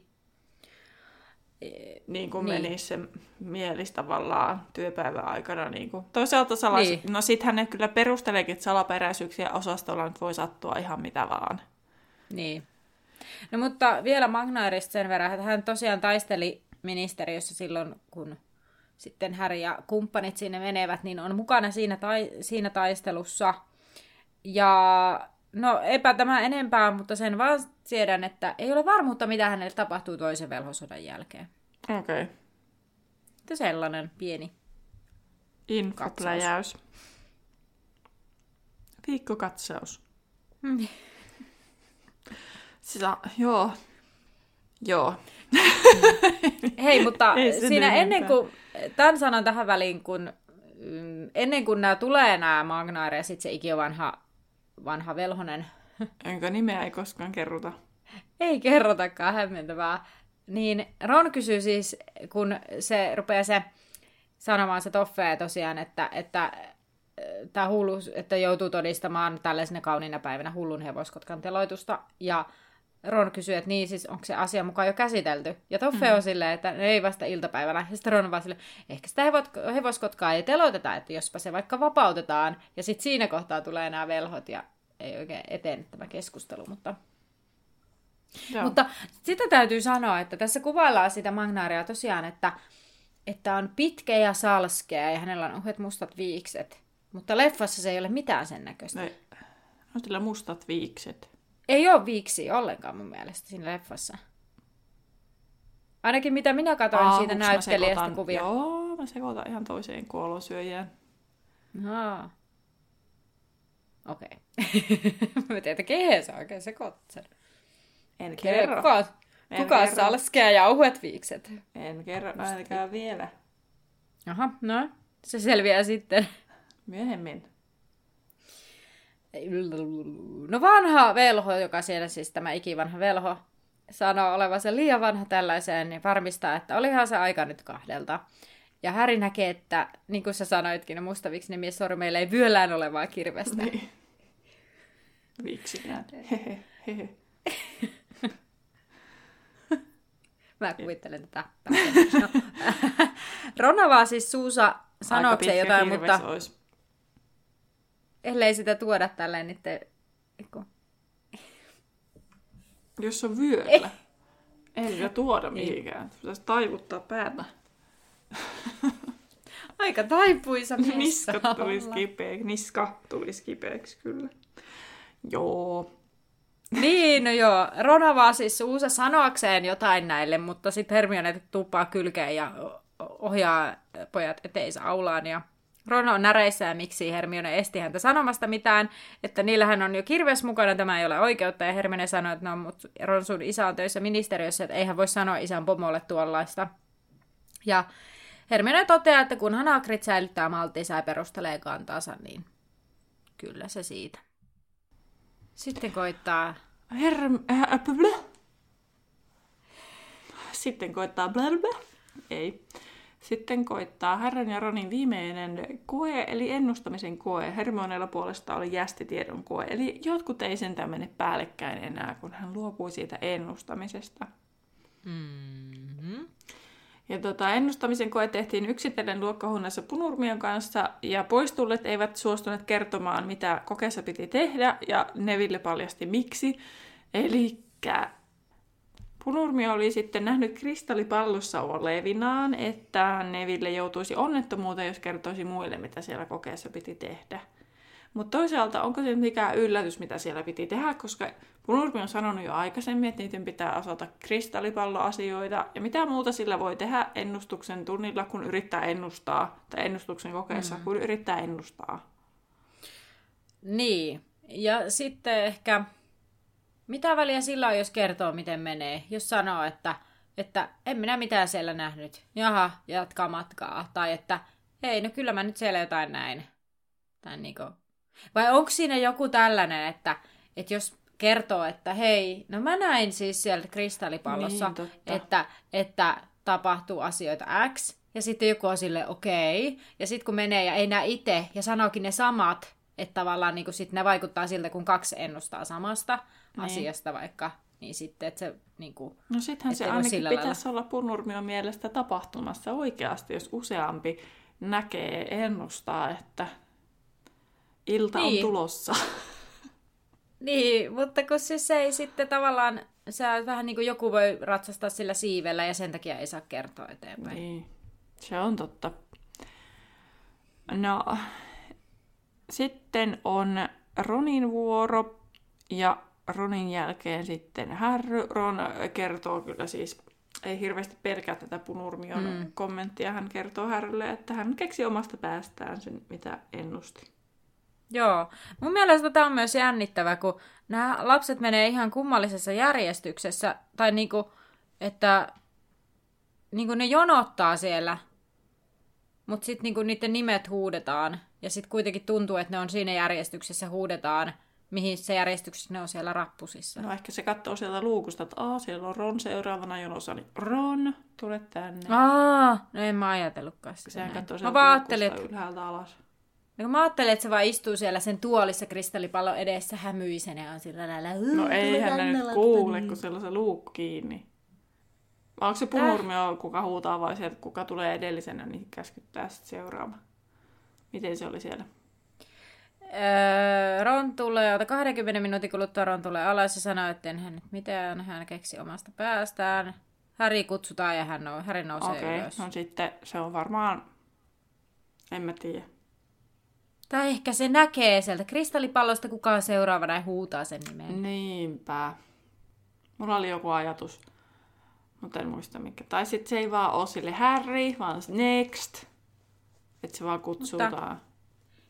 Niin kuin Niin. menisi se mielis tavallaan työpäivän aikana. Niin kuin. Toisaalta salais... niin. No sittenhän ne kyllä perusteleekin, että salaperäisyyksiä osastolla nyt voi sattua ihan mitä vaan. Niin. No mutta vielä Magnairista sen verran, että hän tosiaan taisteli ministeriössä silloin, kun sitten Harry ja kumppanit sinne menevät, niin on mukana siinä, tai- siinä taistelussa. Ja no eipä tämä enempää, mutta sen vaan tiedän, että ei ole varmuutta, mitä hänelle tapahtuu toisen velhosodan jälkeen. Okei. Okay. Että sellainen pieni Infopläjäys. Viikkokatsaus. Mm. Sitä, joo. Joo. Hei, mutta Ei sen siinä enempää. ennen kuin, tämän sanon tähän väliin, kun mm, ennen kuin nämä tulee nämä Magnair ja sitten se ikivanha vanha velhonen, Enkä nimeä ei koskaan kerrota. ei kerrotakaan hämmentävää, niin Ron kysyy siis, kun se rupeaa se sanomaan se Toffee tosiaan, että, että, että, hullu, että joutuu todistamaan tällaisena kauniina päivänä hullun hevoskotkan teloitusta, ja Ron kysyy, että niin siis onko se asia mukaan jo käsitelty. Ja Toffee mm. on silleen, että ei vasta iltapäivällä. Ja sitten Ron on vaan silleen, ehkä sitä hevoskotkaa ei teloiteta, että jospa se vaikka vapautetaan. Ja sitten siinä kohtaa tulee nämä velhot ja ei oikein eteen tämä keskustelu. Mutta, mutta sitä täytyy sanoa, että tässä kuvaillaan sitä Magnairia tosiaan, että, että on pitkä ja salskea ja hänellä on ohuet mustat viikset. Mutta leffassa se ei ole mitään sen näköistä. Ne, on sillä mustat viikset. Ei ole viiksiä ollenkaan mun mielestä siinä leffassa. Ainakin mitä minä katsoin Aa, siitä näyttelijästä kuvia. Joo, mä sekoitan ihan toiseen kuolosyöjään. Aa. Okei. Okay. Mä tiedän, että kehen sä oikein sekoittat sen. En kerro. Kuka, En kuka kerro. salskea jauhet viikset? En kerro ainakaan vielä. Aha, no. Se selviää sitten. Myöhemmin. No vanha velho, joka siellä siis tämä ikivanha velho, sanoo olevansa liian vanha tällaiseen, niin varmistaa, että olihan se aika nyt kahdelta. Ja Harry näkee, että niin kuin sä sanoitkin, mustaviksi niin mies sori, meillä ei vyöllään olevaa kirvestä. Niin. Viksinään. Hehe. Mä kuvittelen tätä. No. Rona vaan siis suusa sanokseen jotain, mutta olisi. ellei sitä tuoda tälleen niitten... Jos on vyöllä. Ei sitä tuoda mihinkään. Pitäisi taivuttaa päätä. Aika taipuisa mies. Niska tulisi kipeäksi. Niska tulisi kipeäksi, kyllä. Joo. Niin, no joo. Rona vaan siis suusa sanoakseen jotain näille, mutta sitten Hermione tuppaa kylkeen ja ohjaa pojat eteisä aulaan. Ja Ron on näreissään, miksi Hermione esti häntä sanomasta mitään, että niillähän on jo kirves mukana, tämä ei ole oikeutta. Ja Hermione sanoi, että no, mutta Ron sun isä on töissä ministeriössä, että eihän voi sanoa isän pomolle tuollaista. Ja Hermione toteaa, että kunhan Hagrid säilyttää malttinsa ja perustelee kantaansa, niin kyllä se siitä. Sitten koittaa... Herm... Äh, blö. Sitten koittaa blö. Ei. Sitten koittaa Harryn ja Ronin viimeinen koe, eli ennustamisen koe. Hermionella puolesta oli jästitiedon koe, eli jotkut ei sentään mene päällekkäin enää, kun hän luopui siitä ennustamisesta. Mm-hmm. Ja tota, ennustamisen koe tehtiin yksitellen luokkahuoneessa Punurmion kanssa, ja poistulleet eivät suostuneet kertomaan, mitä kokeessa piti tehdä, ja Neville paljasti miksi. Elikkä Punurmio oli sitten nähnyt kristallipallossa olevinaan, että Neville joutuisi onnettomuuteen, jos kertoisi muille, mitä siellä kokeessa piti tehdä. Mutta toisaalta onko se mikään yllätys, mitä siellä piti tehdä, koska Punurmi on sanonut jo aikaisemmin, että niiden pitää osata kristallipalloasioita, ja mitä muuta sillä voi tehdä ennustuksen tunnilla, kun yrittää ennustaa, tai ennustuksen kokeessa, mm. kun yrittää ennustaa. Niin, ja sitten ehkä, mitä väliä sillä on, jos kertoo, miten menee, jos sanoo, että, että en minä mitään siellä nähnyt, jaha, jatkaa matkaa, tai että hei, no kyllä mä nyt siellä jotain näin, tai niinku... Vai onko siinä joku tällainen, että, että jos kertoo, että hei, no mä näin siis siellä kristallipallossa, niin, että, että tapahtuu asioita X, ja sitten joku on silleen okei, okay. Ja sitten kun menee ja ei näe itse, ja sanookin ne samat, että tavallaan niin sit ne vaikuttaa siltä, kun kaksi ennustaa samasta niin. asiasta vaikka, niin sitten, että se niin kuin, no sittenhän se ainakin pitäisi olla Punurmion mielestä tapahtumassa oikeasti, jos useampi näkee ennustaa, että ilta niin. on tulossa. Niin, mutta kun siis se ei sitten tavallaan, sä vähän niin kuin joku voi ratsastaa sillä siivellä ja sen takia ei saa kertoa eteenpäin. Niin, se on totta. No, sitten on Ronin vuoro ja Ronin jälkeen sitten Harry. Ron kertoo kyllä siis, ei hirveästi pelkää tätä Punurmion mm. kommenttia. Hän kertoo Harrylle, että hän keksi omasta päästään sen, mitä ennusti. Joo. Mun mielestä tämä on myös jännittävä, kun nämä lapset menee ihan kummallisessa järjestyksessä, tai niinku, että niinku ne jonottaa siellä, mutta sitten niinku niiden nimet huudetaan, ja sitten kuitenkin tuntuu, että ne on siinä järjestyksessä huudetaan, mihin se järjestyksessä ne on siellä rappusissa. No ehkä se katsoo sieltä luukusta, että aah, siellä on Ron seuraavana jonossa, niin Ron, tule tänne. Aa, no en mä ajatellutkaan sitä. Sehän katsoo sieltä luukusta että... ylhäältä alas. No, mä ajattelin, että se vaan istuu siellä sen tuolissa kristallipallon edessä hämyisen ja on sillä lailla... No eihän ne nyt kuule, kun siellä on se luukku kiinni. Vai onko se Punurmio, kuka huutaa vai se, että kuka tulee edellisenä, niin käskyttää sitten seuraava. Miten se oli siellä? Öö, Ron tulee, kaksikymmentä minuutin kuluttua Ron tulee alas ja sanoo, että en hän nyt mitään, hän keksi omasta päästään. Harry kutsutaan ja hän nou, Harry nousee okay, ylös. No sitten se on varmaan, en mä tiedä. Tai ehkä se näkee sieltä kristallipallosta, kuka on seuraavana ja huutaa sen nimen. Niinpä. Mulla oli joku ajatus, mutta en muista mikä. Tai sitten se ei vaan ole sille Harry, vaan next. Että se vaan kutsutaan. Mutta...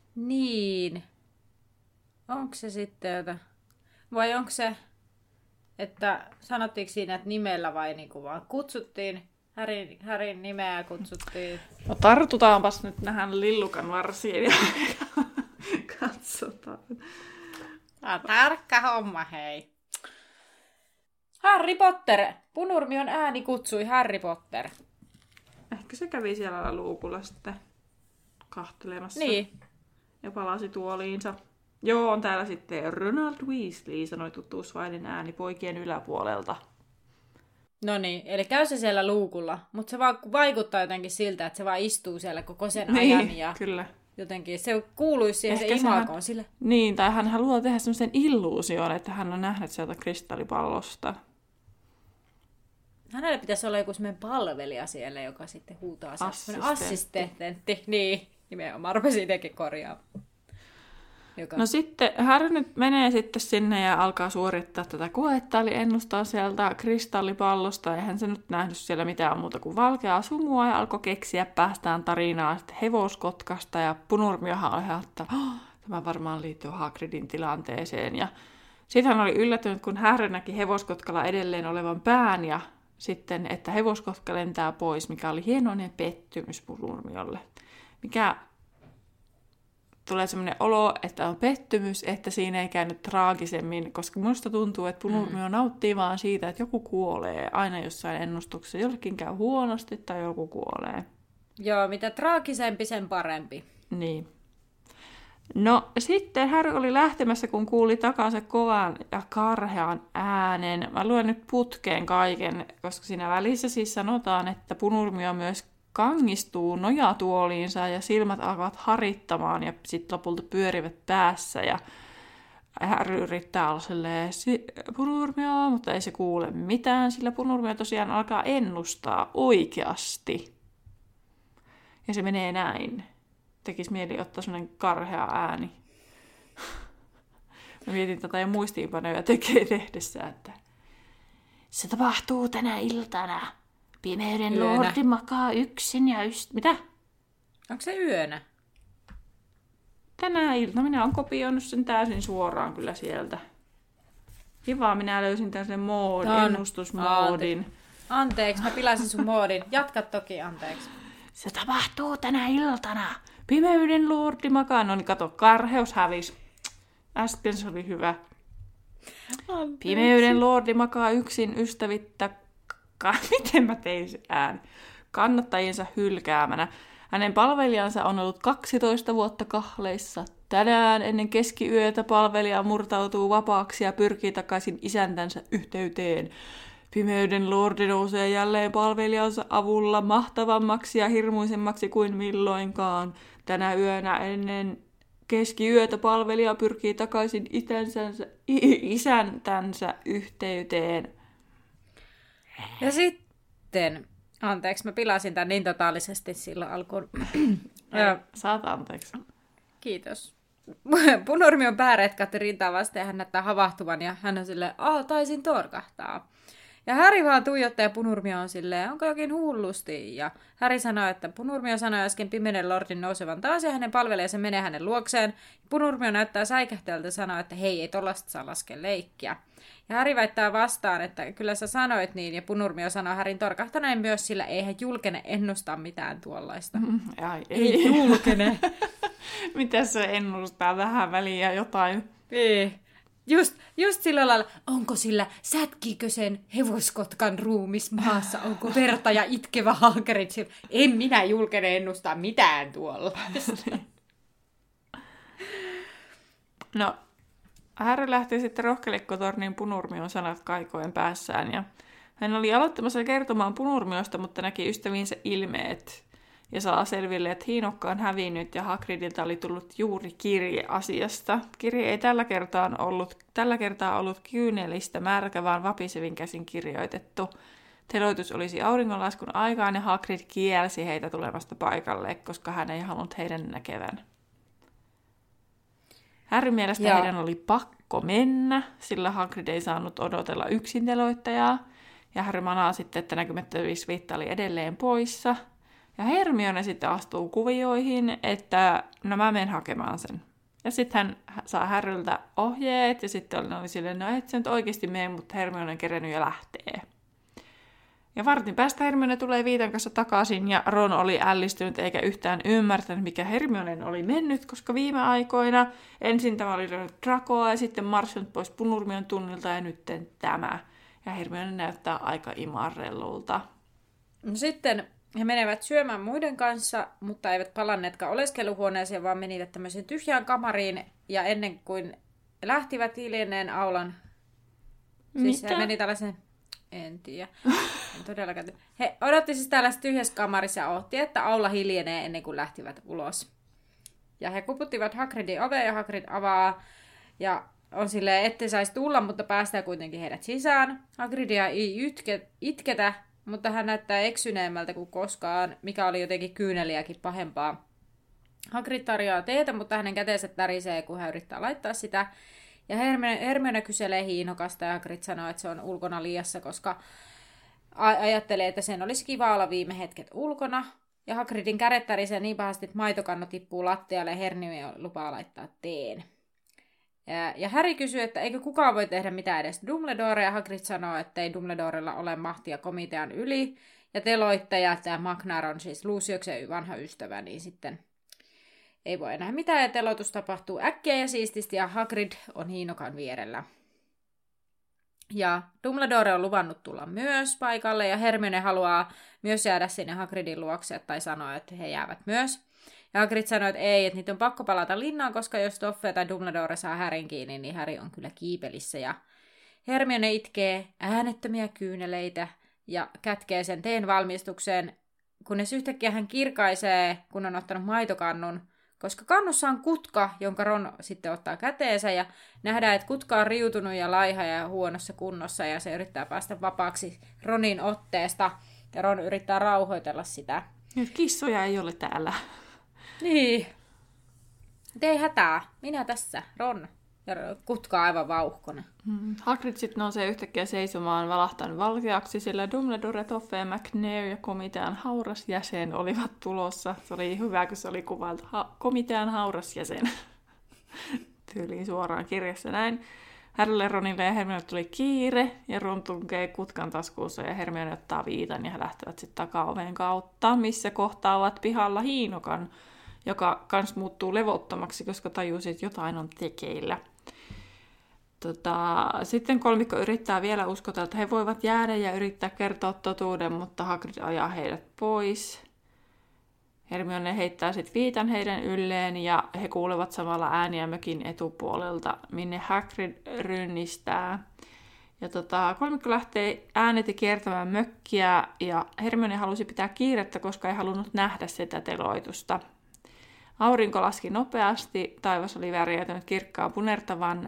Niin. Onko se sitten jota... Vai onko se... että sanottiinko siinä, että nimellä vai niinku vaan kutsuttiin, Härin, Härin nimeä kutsuttiin. No tartutaanpas nyt nähän lillukan varsiin ja katsotaan. Tämä on tarkka homma, hei. Harry Potter. Punurmion ääni kutsui Harry Potter. Ehkä se kävi siellä luukulla sitten kahtelemassa. Niin. Ja palasi tuoliinsa. Joo, on täällä sitten Ronald Weasley, sanoi tuttuusvainen ääni poikien yläpuolelta. No niin, eli käy se siellä luukulla, mutta se vaan vaikuttaa jotenkin siltä, että se vaan istuu siellä koko sen niin, ajan. Ja kyllä. jotenkin se kuuluisi siihen Ehkä se imagoon hän... sille. Niin, tai hän haluaa tehdä semmoisen illuusion, että hän on nähnyt sieltä kristallipallosta. Hänellä pitäisi olla joku semmoinen palvelija siellä, joka sitten huutaa sen. Assistentti. Assistentti. Niin, nimenomaan rupesin itsekin korjaamaan. Joka... No sitten Harry nyt menee sitten sinne ja alkaa suorittaa tätä koetta, eli ennustaa sieltä kristallipallosta. Eihän se nyt nähnyt siellä mitään muuta kuin valkeaa sumua ja alkoi keksiä päästään tarinaa sitten hevoskotkasta. Ja Punurmiohan oli ihan, että oh, tämä varmaan liittyy Hagridin tilanteeseen. Ja sitten hän oli yllättynyt, kun Harry näki hevoskotkalla edelleen olevan pään ja sitten, että hevoskotka lentää pois, mikä oli hienoinen pettymys Punurmiolle. Mikä... Tulee sellainen olo, että on pettymys, että siinä ei käynyt traagisemmin, koska minusta tuntuu, että Punurmio nauttii vaan siitä, että joku kuolee aina jossain ennustuksessa. Jollekin käy huonosti tai joku kuolee. Joo, mitä traagisempi, sen parempi. Niin. No sitten Harry oli lähtemässä, kun kuuli takaisin kovan ja karhean äänen. Mä luen nyt putkeen kaiken, koska siinä välissä siis sanotaan, että Punurmio myös kangistuu nojatuoliinsa ja silmät alkavat harittamaan ja sitten lopulta pyörivät päässä. Ja Harry yrittää olla silleen Punurmio, mutta ei se kuule mitään, sillä Punurmio tosiaan alkaa ennustaa oikeasti. Ja se menee näin. Tekisi mieli ottaa semmoinen karhea ääni. Mä mietin tätä ja muistiinpanoja tekee tehdessä, että se tapahtuu tänä iltana. Pimeyden yönä. Lordi makaa yksin ja yst... Mitä? Onko se yönä? Tänä iltana minä olen kopioinut sen täysin suoraan kyllä sieltä. Kiva, minä löysin tämmöisen moodin, On. ennustusmoodin. Ante- Anteeksi, mä pilasin sun moodin. Jatka toki, anteeksi. Se tapahtuu tänä iltana. Pimeyden Lordi makaa. No niin, kato, karheus hävisi. Äsken se oli hyvä. Anteeksi. Pimeyden Lordi makaa yksin ystävittä. Ka- Miten mä tein se ääni? Kannattajiensa hylkäämänä. Hänen palvelijansa on ollut kaksitoista vuotta kahleissa. Tänään ennen keskiyötä palvelija murtautuu vapaaksi ja pyrkii takaisin isäntänsä yhteyteen. Pimeyden Lordi nousee jälleen palvelijansa avulla mahtavammaksi ja hirmuisemmaksi kuin milloinkaan. Tänä yönä ennen keskiyötä palvelija pyrkii takaisin isäntänsä, isäntänsä yhteyteen. Ja sitten, anteeksi, mä pilasin tämän niin totaalisesti silloin alkuun. Ei, saat anteeksi. Kiitos. Punurmion pää retkahti rintaa vasten ja hän näyttää havahtuvan ja hän on silleen, aah, taisin torkahtaa. Ja Harry vaan tuijottaa ja Punurmio on silleen, onko jokin hullusti? Ja Harry sanoo, että Punurmio sanoi äsken Pimeyden Lordin nousevan taas ja hänen palvelijansa menee hänen luokseen. Punurmio näyttää säikähtäjältä ja sanoo, että hei, ei tollasta saa laskea leikkiä. Ja Harry väittää vastaan, että kyllä sä sanoit niin, ja Punurmio sanoo Harryn torkahtaneen myös, sillä eihän julkene ennustaa mitään tuollaista. Ai, ei. ei julkene. Mitä se ennustaa vähän väliä jotain? Ei. Just, just sillä lailla, onko sillä, sätkiikö sen hevoskotkan ruumis maassa, onko verta ja itkevä Hagrid sillä, en minä julkene ennustaa mitään tuolla. No, Harry lähti sitten rohkelikkotorniin Punurmion sanat kaikoen päässään, ja hän oli aloittamassa kertomaan Punurmiosta, mutta näki ystäviensä ilmeet, ja saa selville, että Hiinokka on hävinnyt, ja Hagridilta oli tullut juuri kirje asiasta. Kirje ei tällä kertaa ollut, tällä kertaa ollut kyynelistä märkä, vaan vapisevin käsin kirjoitettu. Teloitus olisi auringonlaskun aikaan, ja Hagrid kielsi heitä tulemasta paikalle, koska hän ei halunnut heidän näkevän. Harryn mielestä Joo. heidän oli pakko mennä, sillä Hagrid ei saanut odotella yksin teloittajaa. Ja Harry manaa sitten, että näkymättömyys viitta oli edelleen poissa. Ja Hermione sitten astuu kuvioihin, että no mä menen hakemaan sen. Ja sitten hän saa Harryltä ohjeet ja sitten oli silleen, no et sä nyt oikeasti mene, mutta Hermione on kerennyt ja lähtee. Ja vartin päästä Hermione tulee Viitan kanssa takaisin ja Ron oli ällistynyt eikä yhtään ymmärtänyt, mikä Hermionen oli mennyt, koska viime aikoina ensin tämä oli Dracoa ja sitten marssinut pois Punurmion tunnilta ja nyt tämä. Ja Hermione näyttää aika imarrellulta. No sitten he menevät syömään muiden kanssa, mutta eivät palanneetkaan oleskeluhuoneeseen, vaan menivät tämmöiseen tyhjään kamariin. Ja ennen kuin lähtivät hiljenneen aulan, siis Mitä? he meni tällaisen, en tiedä, en todellakaan tiedä. He odotti siis tällaisessa tyhjässä kamarissa ja odotti, että aula hiljenee ennen kuin lähtivät ulos. Ja he kuputtivat Hagridin oveen ja Hagrid avaa ja on silleen, ettei saisi tulla, mutta päästään kuitenkin heidät sisään. Hagridia ei ytke, itketä, mutta hän näyttää eksyneemmältä kuin koskaan, mikä oli jotenkin kyyneliäkin pahempaa. Hagrid tarjoaa teetä, mutta hänen käteensä tärisee, kun hän yrittää laittaa sitä. Ja Hermione, Hermione kyselee hiinokasta ja Hagrid sanoo, että se on ulkona liassa, koska ajattelee, että sen olisi kiva olla viime hetket ulkona. Ja Hagridin kädet tärisee niin pahasti, että maitokanno tippuu lattialle ja Hermione lupaa laittaa teen. Ja, ja Harry kysyy, että eikö kukaan voi tehdä mitään edes Dumbledore, ja Hagrid sanoo, että ei Dumbledorella ole mahtia komitean yli. Ja teloittaja, tämä Magnar on siis Luciuksen vanha ystävä, niin sitten ei voi enää mitään, ja teloitus tapahtuu äkkiä ja siististi, ja Hagrid on hiinokan vierellä. Ja Dumbledore on luvannut tulla myös paikalle, ja Hermione haluaa myös jäädä sinne Hagridin luokse, tai sanoo, että he jäävät myös. Ja Hagrid sanoi, että ei, että niitä on pakko palata linnaan, koska jos Toffe tai Dumbledore saa Harryn kiinni, niin Harry on kyllä kiipelissä. Ja Hermione itkee äänettömiä kyyneleitä ja kätkee sen teen valmistukseen, kunnes yhtäkkiä hän kirkaisee, kun on ottanut maitokannun, koska kannussa on kutka, jonka Ron sitten ottaa käteensä, ja nähdään, että kutka on riutunut ja laiha ja huonossa kunnossa, ja se yrittää päästä vapaaksi Ronin otteesta, ja Ron yrittää rauhoitella sitä. Nyt kissoja ei ole täällä. Niin. Ei hätää. Minä tässä. Ron. Ja kutka aivan vauhkona. Mm. Hagrid sitten nousee yhtäkkiä seisomaan valahtaen valkeaksi, sillä Dumbledore, Toffe ja McNair ja komitean hauras jäsen olivat tulossa. Se oli hyvä, kun se oli kuvailtu ha- komitean hauras jäsen. Tyyliin suoraan kirjassa näin. Harrylle, Ronille ja Hermione tuli kiire, ja Ron tunkee kutkan taskuussa, ja Hermione ottaa Viitan, ja he lähtevät sitten takaoven kautta, missä kohtaavat pihalla hiinokan, joka kans muuttuu levottomaksi, koska tajusi, että jotain on tekeillä. Tota, sitten kolmikko yrittää vielä uskotella, että he voivat jäädä ja yrittää kertoa totuuden, mutta Hagrid ajaa heidät pois. Hermione heittää sitten Viitan heidän ylleen ja he kuulevat samalla ääniä mökin etupuolelta, minne Hagrid rynnistää. Ja tota, kolmikko lähtee ääneti kiertämään mökkiä ja Hermione halusi pitää kiirettä, koska ei halunnut nähdä sitä teloitusta. Aurinko laski nopeasti, taivas oli värjäytynyt kirkkaan punertavan...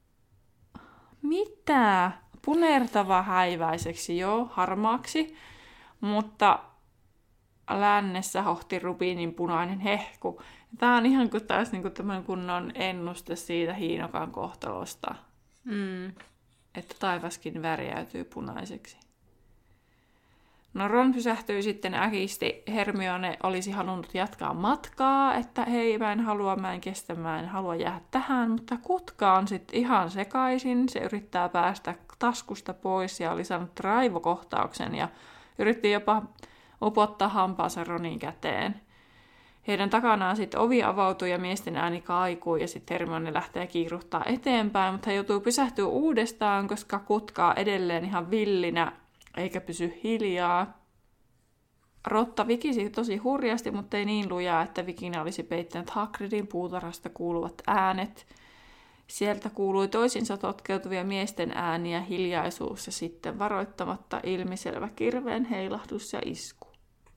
Mitä? Punertava häiväiseksi, joo, harmaaksi, mutta lännessä hohti rubiinin punainen hehku. Tämä on ihan kuin taas niin kuin tämmöinen kunnon ennuste siitä hiinokan kohtalosta, Mm. että taivaskin värjäytyy punaiseksi. No Ron pysähtyy sitten äkisti. Hermione olisi halunnut jatkaa matkaa, että hei, mä en halua, mä en kestä, mä en halua jäädä tähän, mutta kutka on sitten ihan sekaisin. Se yrittää päästä taskusta pois ja oli saanut raivokohtauksen ja yritti jopa upottaa hampaansa Ronin käteen. Heidän takanaan sitten ovi avautuu ja miesten ääni kaikuu ja sitten Hermione lähtee kiiruhtaa eteenpäin, mutta hän joutuu pysähtyä uudestaan, koska kutka on edelleen ihan villinä eikä pysy hiljaa. Rotta vikisi tosi hurjasti, mutta ei niin lujaa, että vikinä olisi peittänyt Hagridin puutarhasta kuuluvat äänet. Sieltä kuului toisinsa totkeutuvia miesten ääniä, hiljaisuus ja sitten varoittamatta ilmiselvä kirveen heilahdus ja isku.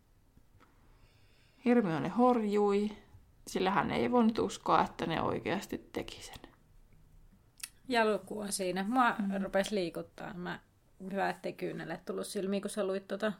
Hermione horjui, sillä hän ei voinut uskoa, että ne oikeasti teki sen. Ja luku on siinä. Mua mm. rupesi liikuttaa. Mä hyvä, ettei kyynelle tullut silmiin, kun sä luit tota.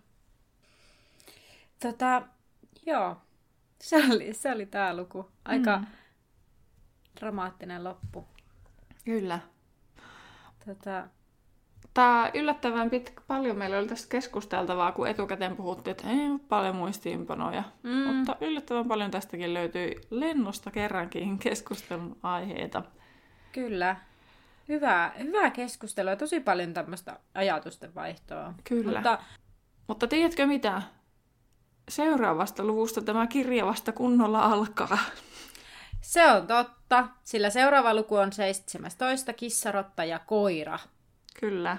Tota, joo. Se oli, se oli tää luku. Aika mm. dramaattinen loppu. Kyllä. Tota, Tämä yllättävän pitkä, paljon meillä oli tästä keskusteltavaa, kun etukäteen puhuttiin, että ei ole paljon muistiinpanoja. Mm. Mutta yllättävän paljon tästäkin löytyi lennosta kerrankin keskustelun aiheita. Kyllä. Hyvää, hyvää keskustelua ja tosi paljon tämmöistä ajatusten vaihtoa. Kyllä. Mutta, Mutta tiedätkö mitä? Seuraavasta luvusta tämä kirja vasta kunnolla alkaa. Se on totta, sillä seuraava luku on seitsemäntoista, kissarotta ja koira. Kyllä.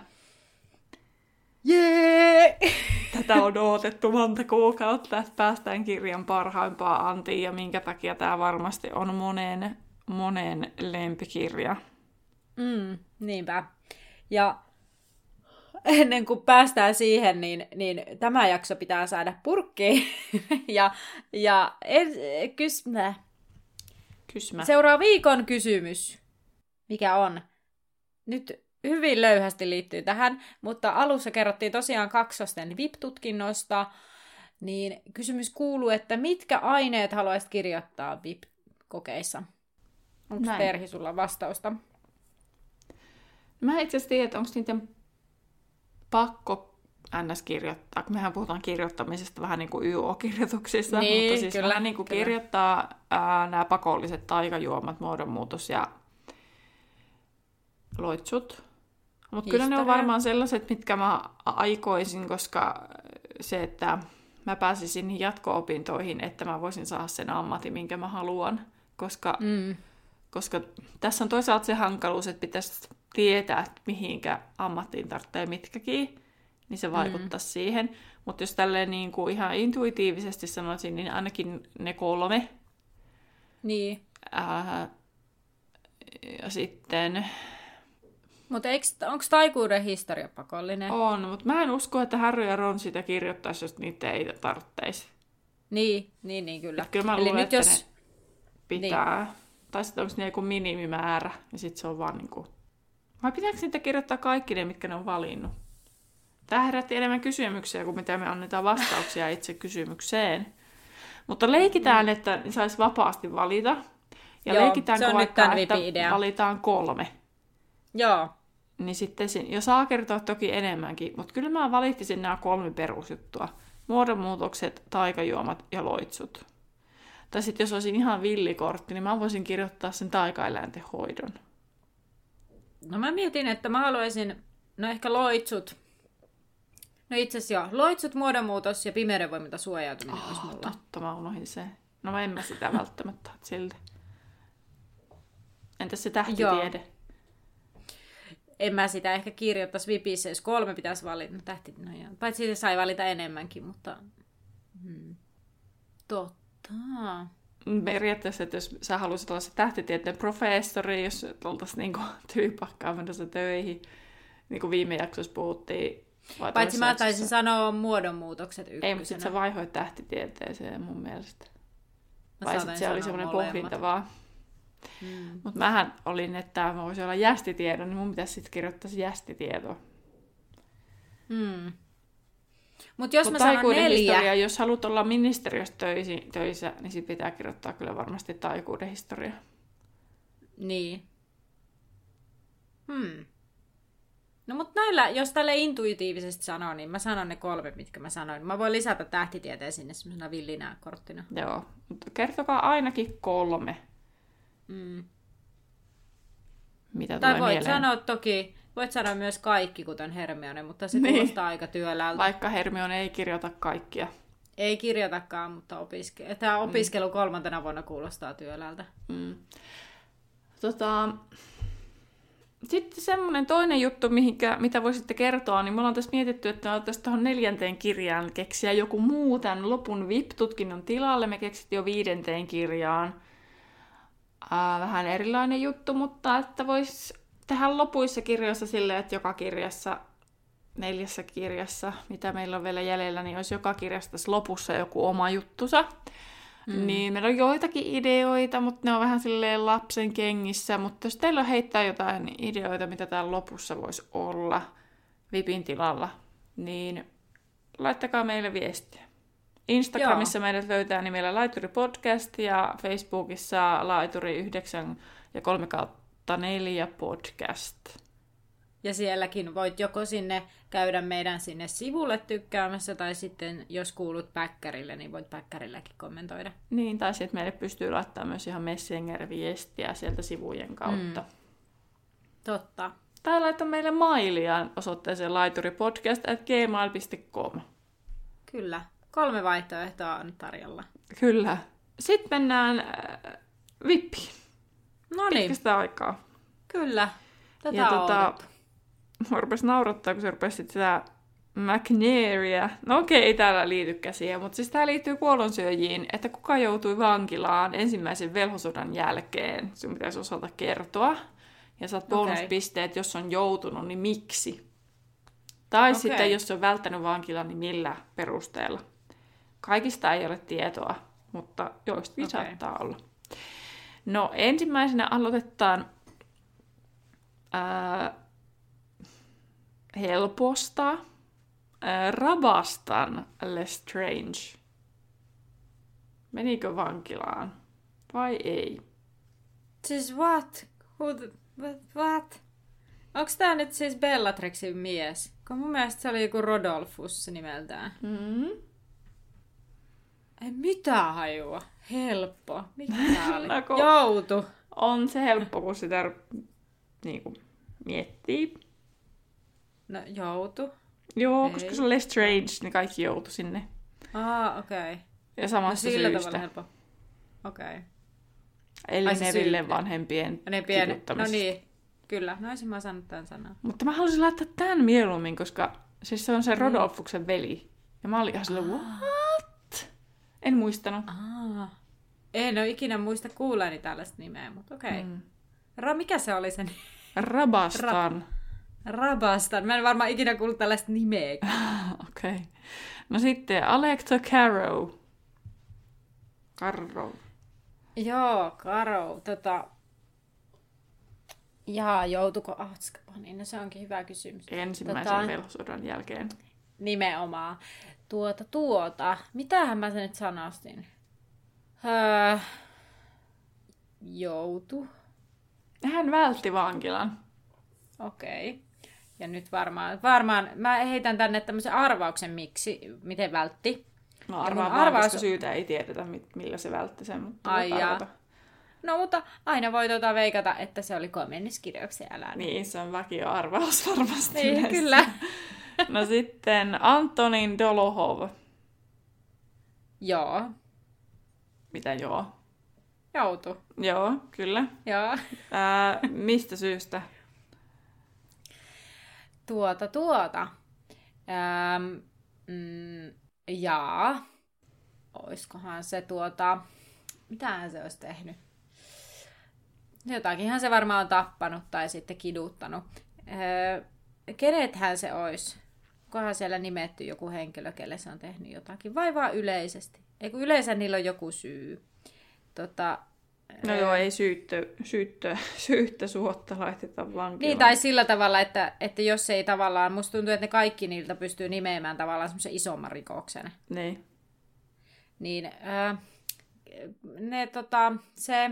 Jee! Tätä on odotettu monta kuukautta, että päästään kirjan parhaimpaan antiin, ja minkä takia tämä varmasti on monen, monen lempikirja. Mm, niinpä. Ja ennen kuin päästään siihen, niin, niin tämä jakso pitää saada purkkiin. ja ja en, kys, Kysmä. Seuraa viikon kysymys, mikä on nyt hyvin löyhästi liittyy tähän, mutta alussa kerrottiin tosiaan kaksosten V I P-tutkinnosta, niin kysymys kuuluu, että mitkä aineet haluaisit kirjoittaa V I P-kokeissa? Onko Terhi sulla vastausta? Mä itse asiassa tiedän, että onko niiden pakko ns. Kirjoittaa, kun mehän puhutaan kirjoittamisesta vähän niin kuin Y O-kirjoituksissa, niin, mutta siis kyllä, vähän niin kuin kyllä. kirjoittaa ää, nämä pakolliset taikajuomat, muodonmuutos ja loitsut. Mutta kyllä ne on varmaan sellaiset, mitkä mä aikoisin, koska se, että mä pääsisin niihin jatko-opintoihin, että mä voisin saada sen ammatin, minkä mä haluan. Koska, mm. koska tässä on toisaalta se hankaluus, että pitäisi tietää, että mihinkä ammattiin tarvitsee mitkäkin, niin se vaikuttaisi mm. siihen. Mutta jos tälleen niin kuin ihan intuitiivisesti sanoisin, niin ainakin ne kolme. Niin. Ää, ja sitten... Mutta onko taikuuden historia pakollinen? On, mutta mä en usko, että Harry ja Ron sitä kirjoittaisi, jos niitä ei tarvitseisi. Niin, niin, niin kyllä. Et kyllä mä Eli luulen, nyt että jos... ne pitää. Niin. Tai sitten onko ne joku minimimäärä, ja sitten se on vaan niinku... Vai pitääkö niitä kirjoittaa kaikki ne, mitkä ne on valinnut? Tämä herätti enemmän kysymyksiä, kuin mitä me annetaan vastauksia itse kysymykseen. Mutta leikitään, mm. että saisi vapaasti valita. Ja Joo, leikitäänkö vaikka, että idea. valitaan kolme. Joo. Niin sitten, ja saa kertoa toki enemmänkin, mutta kyllä mä valittisin nämä kolme perusjuttua. Muodonmuutokset, taikajuomat ja loitsut. Tai sitten jos olisin ihan villikortti, niin mä voisin kirjoittaa sen taikaeläinten hoidon. No mä mietin, että mä haluaisin, no ehkä loitsut. No itse asiassa joo, loitsut, muodonmuutos ja pimeyden voimilta suojautuminen oh, olisi mulla. Totta, mä unohdin sen. No en mä sitä välttämättä silti. Entäs se tähtitiede? Joo. En mä sitä ehkä kirjoittaisi vipissä, jos kolme pitäisi valita. No, tähti, no joo. Paitsi siitä sai valita enemmänkin, mutta... Hmm. Totta. Periaatteessa, että jos sä haluaisit olla se tähtitieteen professori, jos oltaisiin niinku tyypakkaan menossa töihin, niin kuin viime jaksossa puhuttiin. Paitsi mä taisin sanoa muodonmuutokset ykkösenä. Ei, mutta sitten sä vaihoit tähtitieteeseen mun mielestä. Vai sitten se oli semmoinen pohdinta vaan. Hmm. Mutta mähän olin, että mä voisin olla jästitiedo, niin mun pitäisi sitten kirjoittaa jästitieto. Hmm. Mutta jos Mut mä sanon neljä... historia, jos haluat olla ministeriössä töisi, töissä, niin sit pitää kirjoittaa kyllä varmasti taikuuden historia. Niin. Hmm. No mut näillä, jos tälle intuitiivisesti sanoo, niin mä sanon ne kolme, mitkä mä sanoin. Mä voin lisätä tähtitieteen sinne semmoisena villinä korttina. Joo, mutta kertokaa ainakin kolme. Mm. Mitä tai tulee voit mieleen? sanoa toki, voit sanoa myös kaikki, kuten Hermione, mutta se niin. kuulostaa aika työläältä. Vaikka Hermione ei kirjoita kaikkia. Ei kirjoitakaan, mutta opiske- tämä opiskelu mm. kolmantena vuonna kuulostaa työläältä. Mm. Tota... Sitten semmoinen toinen juttu, mihinkä, mitä voisitte kertoa, niin me ollaan tässä mietitty, että oltaisiin tuohon neljänteen kirjaan keksiä joku muu tämän lopun V I P-tutkinnon tilalle. Me keksittiin jo viidenteen kirjaan. Ää, vähän erilainen juttu, mutta että voisi tehdä lopuissa kirjoissa silleen, että joka kirjassa, neljässä kirjassa, mitä meillä on vielä jäljellä, niin olisi joka kirjassa tässä lopussa joku oma juttusa. Mm. Niin meillä on joitakin ideoita, mutta ne on vähän silleen lapsen kengissä. Mutta jos teillä on heittää jotain ideoita, mitä täällä lopussa voisi olla Vipin tilalla, niin laittakaa meille viestiä. Instagramissa Joo. meidät löytää nimellä Laituri Podcast ja Facebookissa Laituri yhdeksän ja kolme kautta neljä podcast. Ja sielläkin voit joko sinne käydä meidän sinne sivulle tykkäämässä, tai sitten jos kuulut Päkkärille, niin voit Päkkärilläkin kommentoida. Niin, tai sitten meille pystyy laittamaan myös ihan Messenger-viestiä sieltä sivujen kautta. Mm. Totta. Tai laita meille mailia osoitteeseen laituripodcast at gmail dot com. Kyllä. Kolme vaihtoehtoa on tarjolla. Kyllä. Sitten mennään äh, vippiin. No niin. Pitkästä aikaa. Kyllä. Tätä ja on tota, mä rupesin naurattaa, kun sä rupesit sitä McNairia. No okei, ei täällä liitykään siihen, mutta siis tää liittyy kuolonsyöjiin, että kuka joutui vankilaan ensimmäisen velhosodan jälkeen. Sun pitäisi osata kertoa. Ja saat bonuspisteet, jos on joutunut, niin miksi? Tai okay. sitten, jos on välttänyt vankilan, niin millä perusteella? Kaikista ei ole tietoa, mutta joistakin okay. saattaa olla. No, ensimmäisenä aloitetaan ää, helposta. Ää, Rabastan Lestrange. Menikö vankilaan vai ei? Siis what? Who the... What? Onks tää nyt siis Bellatrixin mies? Kun mun mielestä se oli joku Rodolfus nimeltään. Mm-hmm. Ei mitään hajua. Helppo. Mikä tää oli? No, joutu. On se helppo, kun sitä niin kuin, miettii. No joutu. Joo, ei. Koska se on Lestrange, niin kaikki joutu sinne. Aa, okei. Okay. Ja samasta no, sillä syystä. tavalla helppo. Okei. Okay. Eli Neville vanhempien ne pien... kiduttamisesta. No niin, kyllä. No olisin mä sanonut tämän sanan. Mutta mä halusin laittaa tämän mieluummin, koska siis se on se Rodolfuksen veli. Ja mä olin ihan silleen, what? En muistanut. Aa. En ole ikinä muista kuulleeni tällaista nimeä, mutta okei. Okay. Mm. Ra- mikä se oli sen? Rabastan. Ra- Rabastan. Mä en varmaan ikinä kuullut tällaista nimeä. Okei. Okay. No sitten Alecto Carrow. Carrow. Joo, Karo. Tota... Jaa, joutuiko Azkabaniin? No se onkin hyvä kysymys. Ensimmäisen tota... velhosodan jälkeen. Nimenomaan. Tuota, tuota. Mitähän mä sen nyt sanastin? Öö... Joutu. Hän vältti vankilan. Okei. Okay. Ja nyt varmaan, varmaan, mä heitän tänne tämmöisen arvauksen, miksi, miten vältti. No arvaan vaan, arvaus... koska syytä ei tiedetä, millä se vältti sen, mutta ai no mutta aina voi tuota veikata, että se oli komenniskirjauksen älä. Niin, se on vakio-arvaus varmasti. Niin, kyllä. No sitten Antonin Dolohov. Joo. Mitä joo? Joutu. Joo, kyllä. Joo. Ää, mistä syystä? Tuota, tuota. Ähm, mm, jaa. Oiskohan se tuota... Mitähän se olisi tehnyt? Jotakinhan se varmaan on tappanut tai sitten kiduttanut. Öö, kenethän se olisi? Onkohan siellä nimetty joku henkilö, kelle se on tehnyt jotakin? Vai vaan yleisesti? Ei kun yleensä niillä on joku syy. Tota, no öö, joo, ei syyttö, syyttö, syyttä suotta laiteta vankilaan. Niin, tai sillä tavalla, että, että jos ei tavallaan... Musta tuntuu, että ne kaikki niiltä pystyy nimeämään tavallaan semmoisen isomman rikoksen. Niin. Niin... Öö, ne tota, se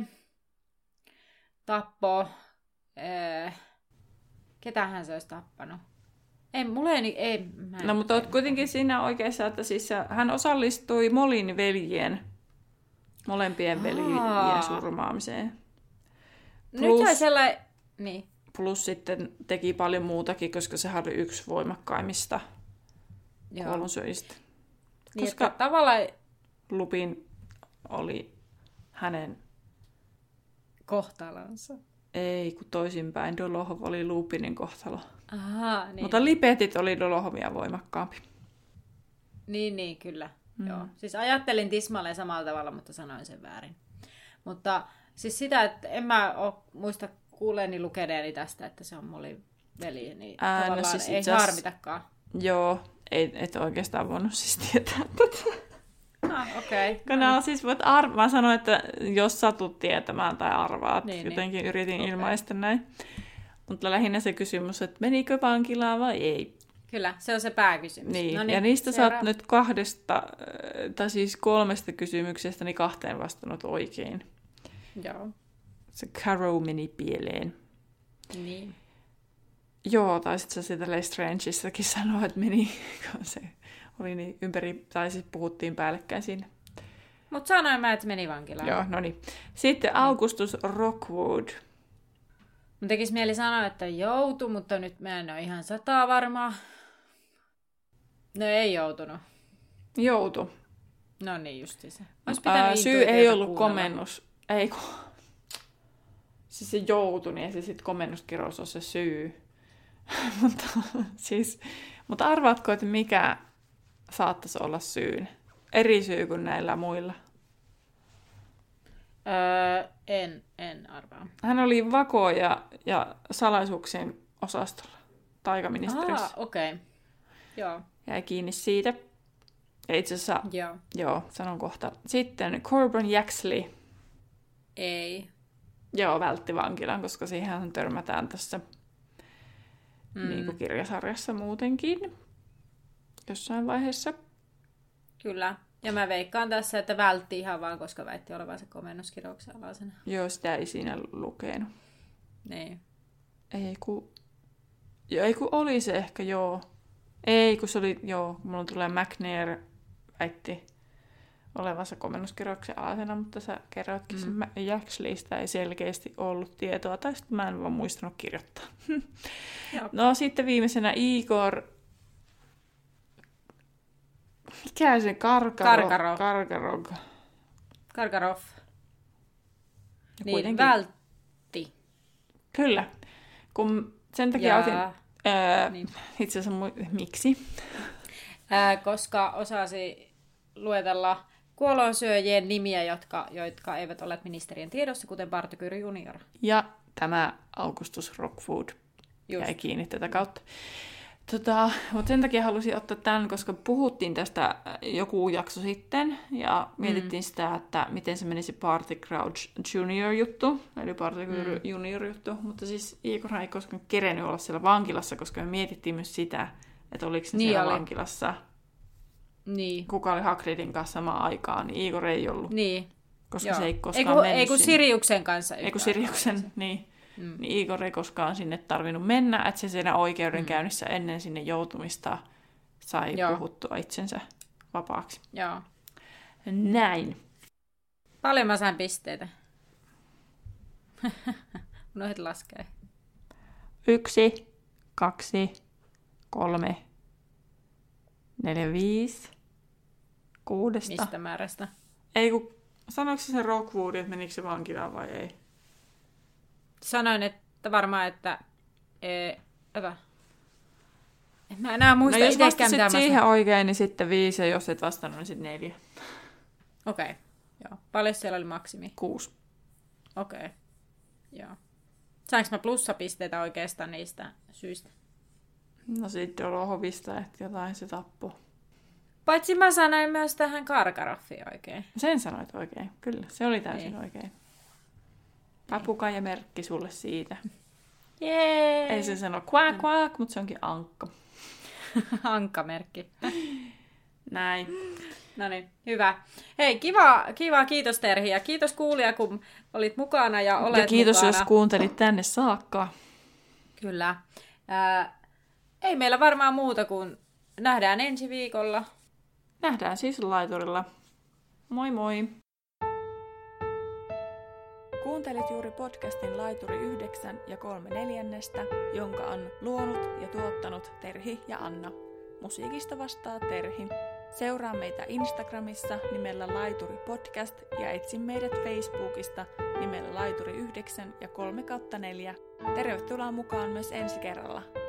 tappo, öö, ketähän se olisi tappanut? Ei, mulle ei, ei mä en no mutta oot kuitenkin siinä oikeassa, että siis hän osallistui Molin veljien, molempien veljien surmaamiseen. Plus, nyt sellainen, niin. Plus sitten teki paljon muutakin, koska se oli yksi voimakkaimmista kuollonsyöjistä. Niin, koska tavallaan Lupin oli hänen kohtalonsa. Ei, kun toisinpäin. Dolohov oli Lupinin kohtalo. Aha, niin. Mutta Lipetit oli Dolohovia voimakkaampi. Niin, niin, kyllä. Mm. Joo. Siis ajattelin tismalleen samalla tavalla, mutta sanoin sen väärin. Mutta siis sitä, että en mä ole muista kuuleeni lukeneeni tästä, että se on Molin veli, niin Ää, tavallaan no siis ei itseas... harmitakaan. Joo, ei, et oikeastaan voinut siis tietää tätä. Ah, okei. Okay. Kun no, siis voit arva... Mä sanoin, että jos satut tietämään tai arvaat, niin, jotenkin niin. Yritin okay. ilmaista näin. Mutta lähinnä se kysymys, että menikö vankilaan vai ei. Kyllä, se on se pääkysymys. Niin, no niin, ja niistä seura... sä oot nyt kahdesta, tai siis kolmesta kysymyksestä, niin kahteen vastannut oikein. Joo. Se Carrow meni pieleen. Niin. Joo, tai sitten se siitä Lestrangeissakin sanoi, että meni, kun se oli niin ympäri, tai siis puhuttiin päällekkäin siinä. Mutta sanoin mä, että meni vankilaan. Joo, no niin. Sitten Augustus Rockwood. Mun tekisi mieli sanoa, että joutu, mutta nyt mä en ole ihan sataa varmaa. No ei joutunut. Joutu. No niin, justi se. Ää, syy ei ollut kuunnella. Komennus. Ei kun... Siis se joutui, niin se sitten komennuskirous on se syy. mutta, siis, mutta arvaatko, että mikä saattaisi olla syyn? Eri syy kuin näillä muilla. Öö, en, en arvaa. Hän oli vako- ja, ja salaisuuksien osastolla taikaministeriössä. Ah, okei. Okay. Joo. Jäi kiinni siitä. Ja itse asiassa, joo. joo, sanon kohta. Sitten Corbin Jaxley. Ei. Joo, vältti vankilan, koska siihen törmätään tässä mm. niin kuin kirjasarjassa muutenkin jossain vaiheessa. Kyllä. Ja mä veikkaan tässä, että vältti ihan vaan, koska väitti olevansa komennuskirouksen alaisena. Joo, sitä ei siinä lukenut. Niin. Ei kun... Joo, ei kun oli se ehkä, joo. Ei, kun se oli, joo, mulla tulee McNair väitti olevansa komennuskirouksen alaisena, mutta sä kerroitkin mm. sen Jaxleystä ei selkeästi ollut tietoa, tai sitten mä en vaan muistanut kirjoittaa. No sitten viimeisenä Igor... Mikä se? Karkarov. Karkarov. Karkarov. Niin, kuitenkin. vältti. Kyllä. Kun sen takia ja... otin... Ää, niin. Itse asiassa mu- miksi? Ää, koska osasi luetella kuolonsyöjien nimiä, jotka, jotka eivät ole ministerien tiedossa, kuten Partykyry junior. Ja tämä Augustus Rockwood jäi kiinni tätä kautta. Tota, mutta sen takia halusin ottaa tämän, koska puhuttiin tästä joku jakso sitten, ja mietittiin mm. sitä, että miten se menisi Party Crouch Junior-juttu, eli Party mm. Junior-juttu, mutta siis Igor ei koskaan kerennyt olla siellä vankilassa, koska me mietittiin myös sitä, että oliko se niin siellä oli. vankilassa, niin. kuka oli Hagridin kanssa samaan aikaan, niin Igor ei ollut, niin. koska Joo. se ei koskaan ei kun, mennyt Ei kun sinne. Siriuksen kanssa. Ei kun Siriuksen, niin. Mm. Niin Igor ei koskaan sinne tarvinnut mennä, että se siinä oikeudenkäynnissä mm. ennen sinne joutumista sai Joo. puhuttua itsensä vapaaksi. Joo. Näin. Paljon mä sain pisteitä. Unohdit laskea. Yksi, kaksi, kolme, neljä, viisi, kuudesta. Mistä määrästä? Ei kun, sanoiko se Rockwood, että menikö se vankilaan vai ei? Sanoin, että varmaan, että... Ee, ota. En mä enää muista no, jos itekään, vastasit mitä siihen mä oikein, niin sitten viisi, ja jos et vastannut, niin sitten neljä. Okei, okay. Joo. Paljon siellä oli maksimi? Kuusi. Okei, okay. Joo. Saanko mä plussapisteitä oikeastaan niistä syistä? No sitten on hovista, että jotain se tappoi. Paitsi mä sanoin myös tähän Karkaroffiin oikein. Sen sanoit oikein, kyllä. Se oli täysin niin. oikein. Papukaija merkki sulle siitä. Jee! Ei se sano quack quack, mutta se onkin ankka. Ankkamerkki. Näin. No niin, hyvä. Hei, kiva, kiva, kiitos Terhi ja kiitos kuulija, kun olit mukana ja olet Ja kiitos, mukana. jos kuuntelit tänne saakka. Kyllä. Ää, ei meillä varmaan muuta kuin nähdään ensi viikolla. Nähdään siis laiturilla. Moi moi! Kuuntelit juuri podcastin Laituri yhdeksän ja kolme neljännestä, jonka on luonut ja tuottanut Terhi ja Anna. Musiikista vastaa Terhi. Seuraa meitä Instagramissa nimellä Laituri Podcast ja etsi meidät Facebookista nimellä Laituri yhdeksän ja kolme kautta neljä. Tervetuloa mukaan myös ensi kerralla.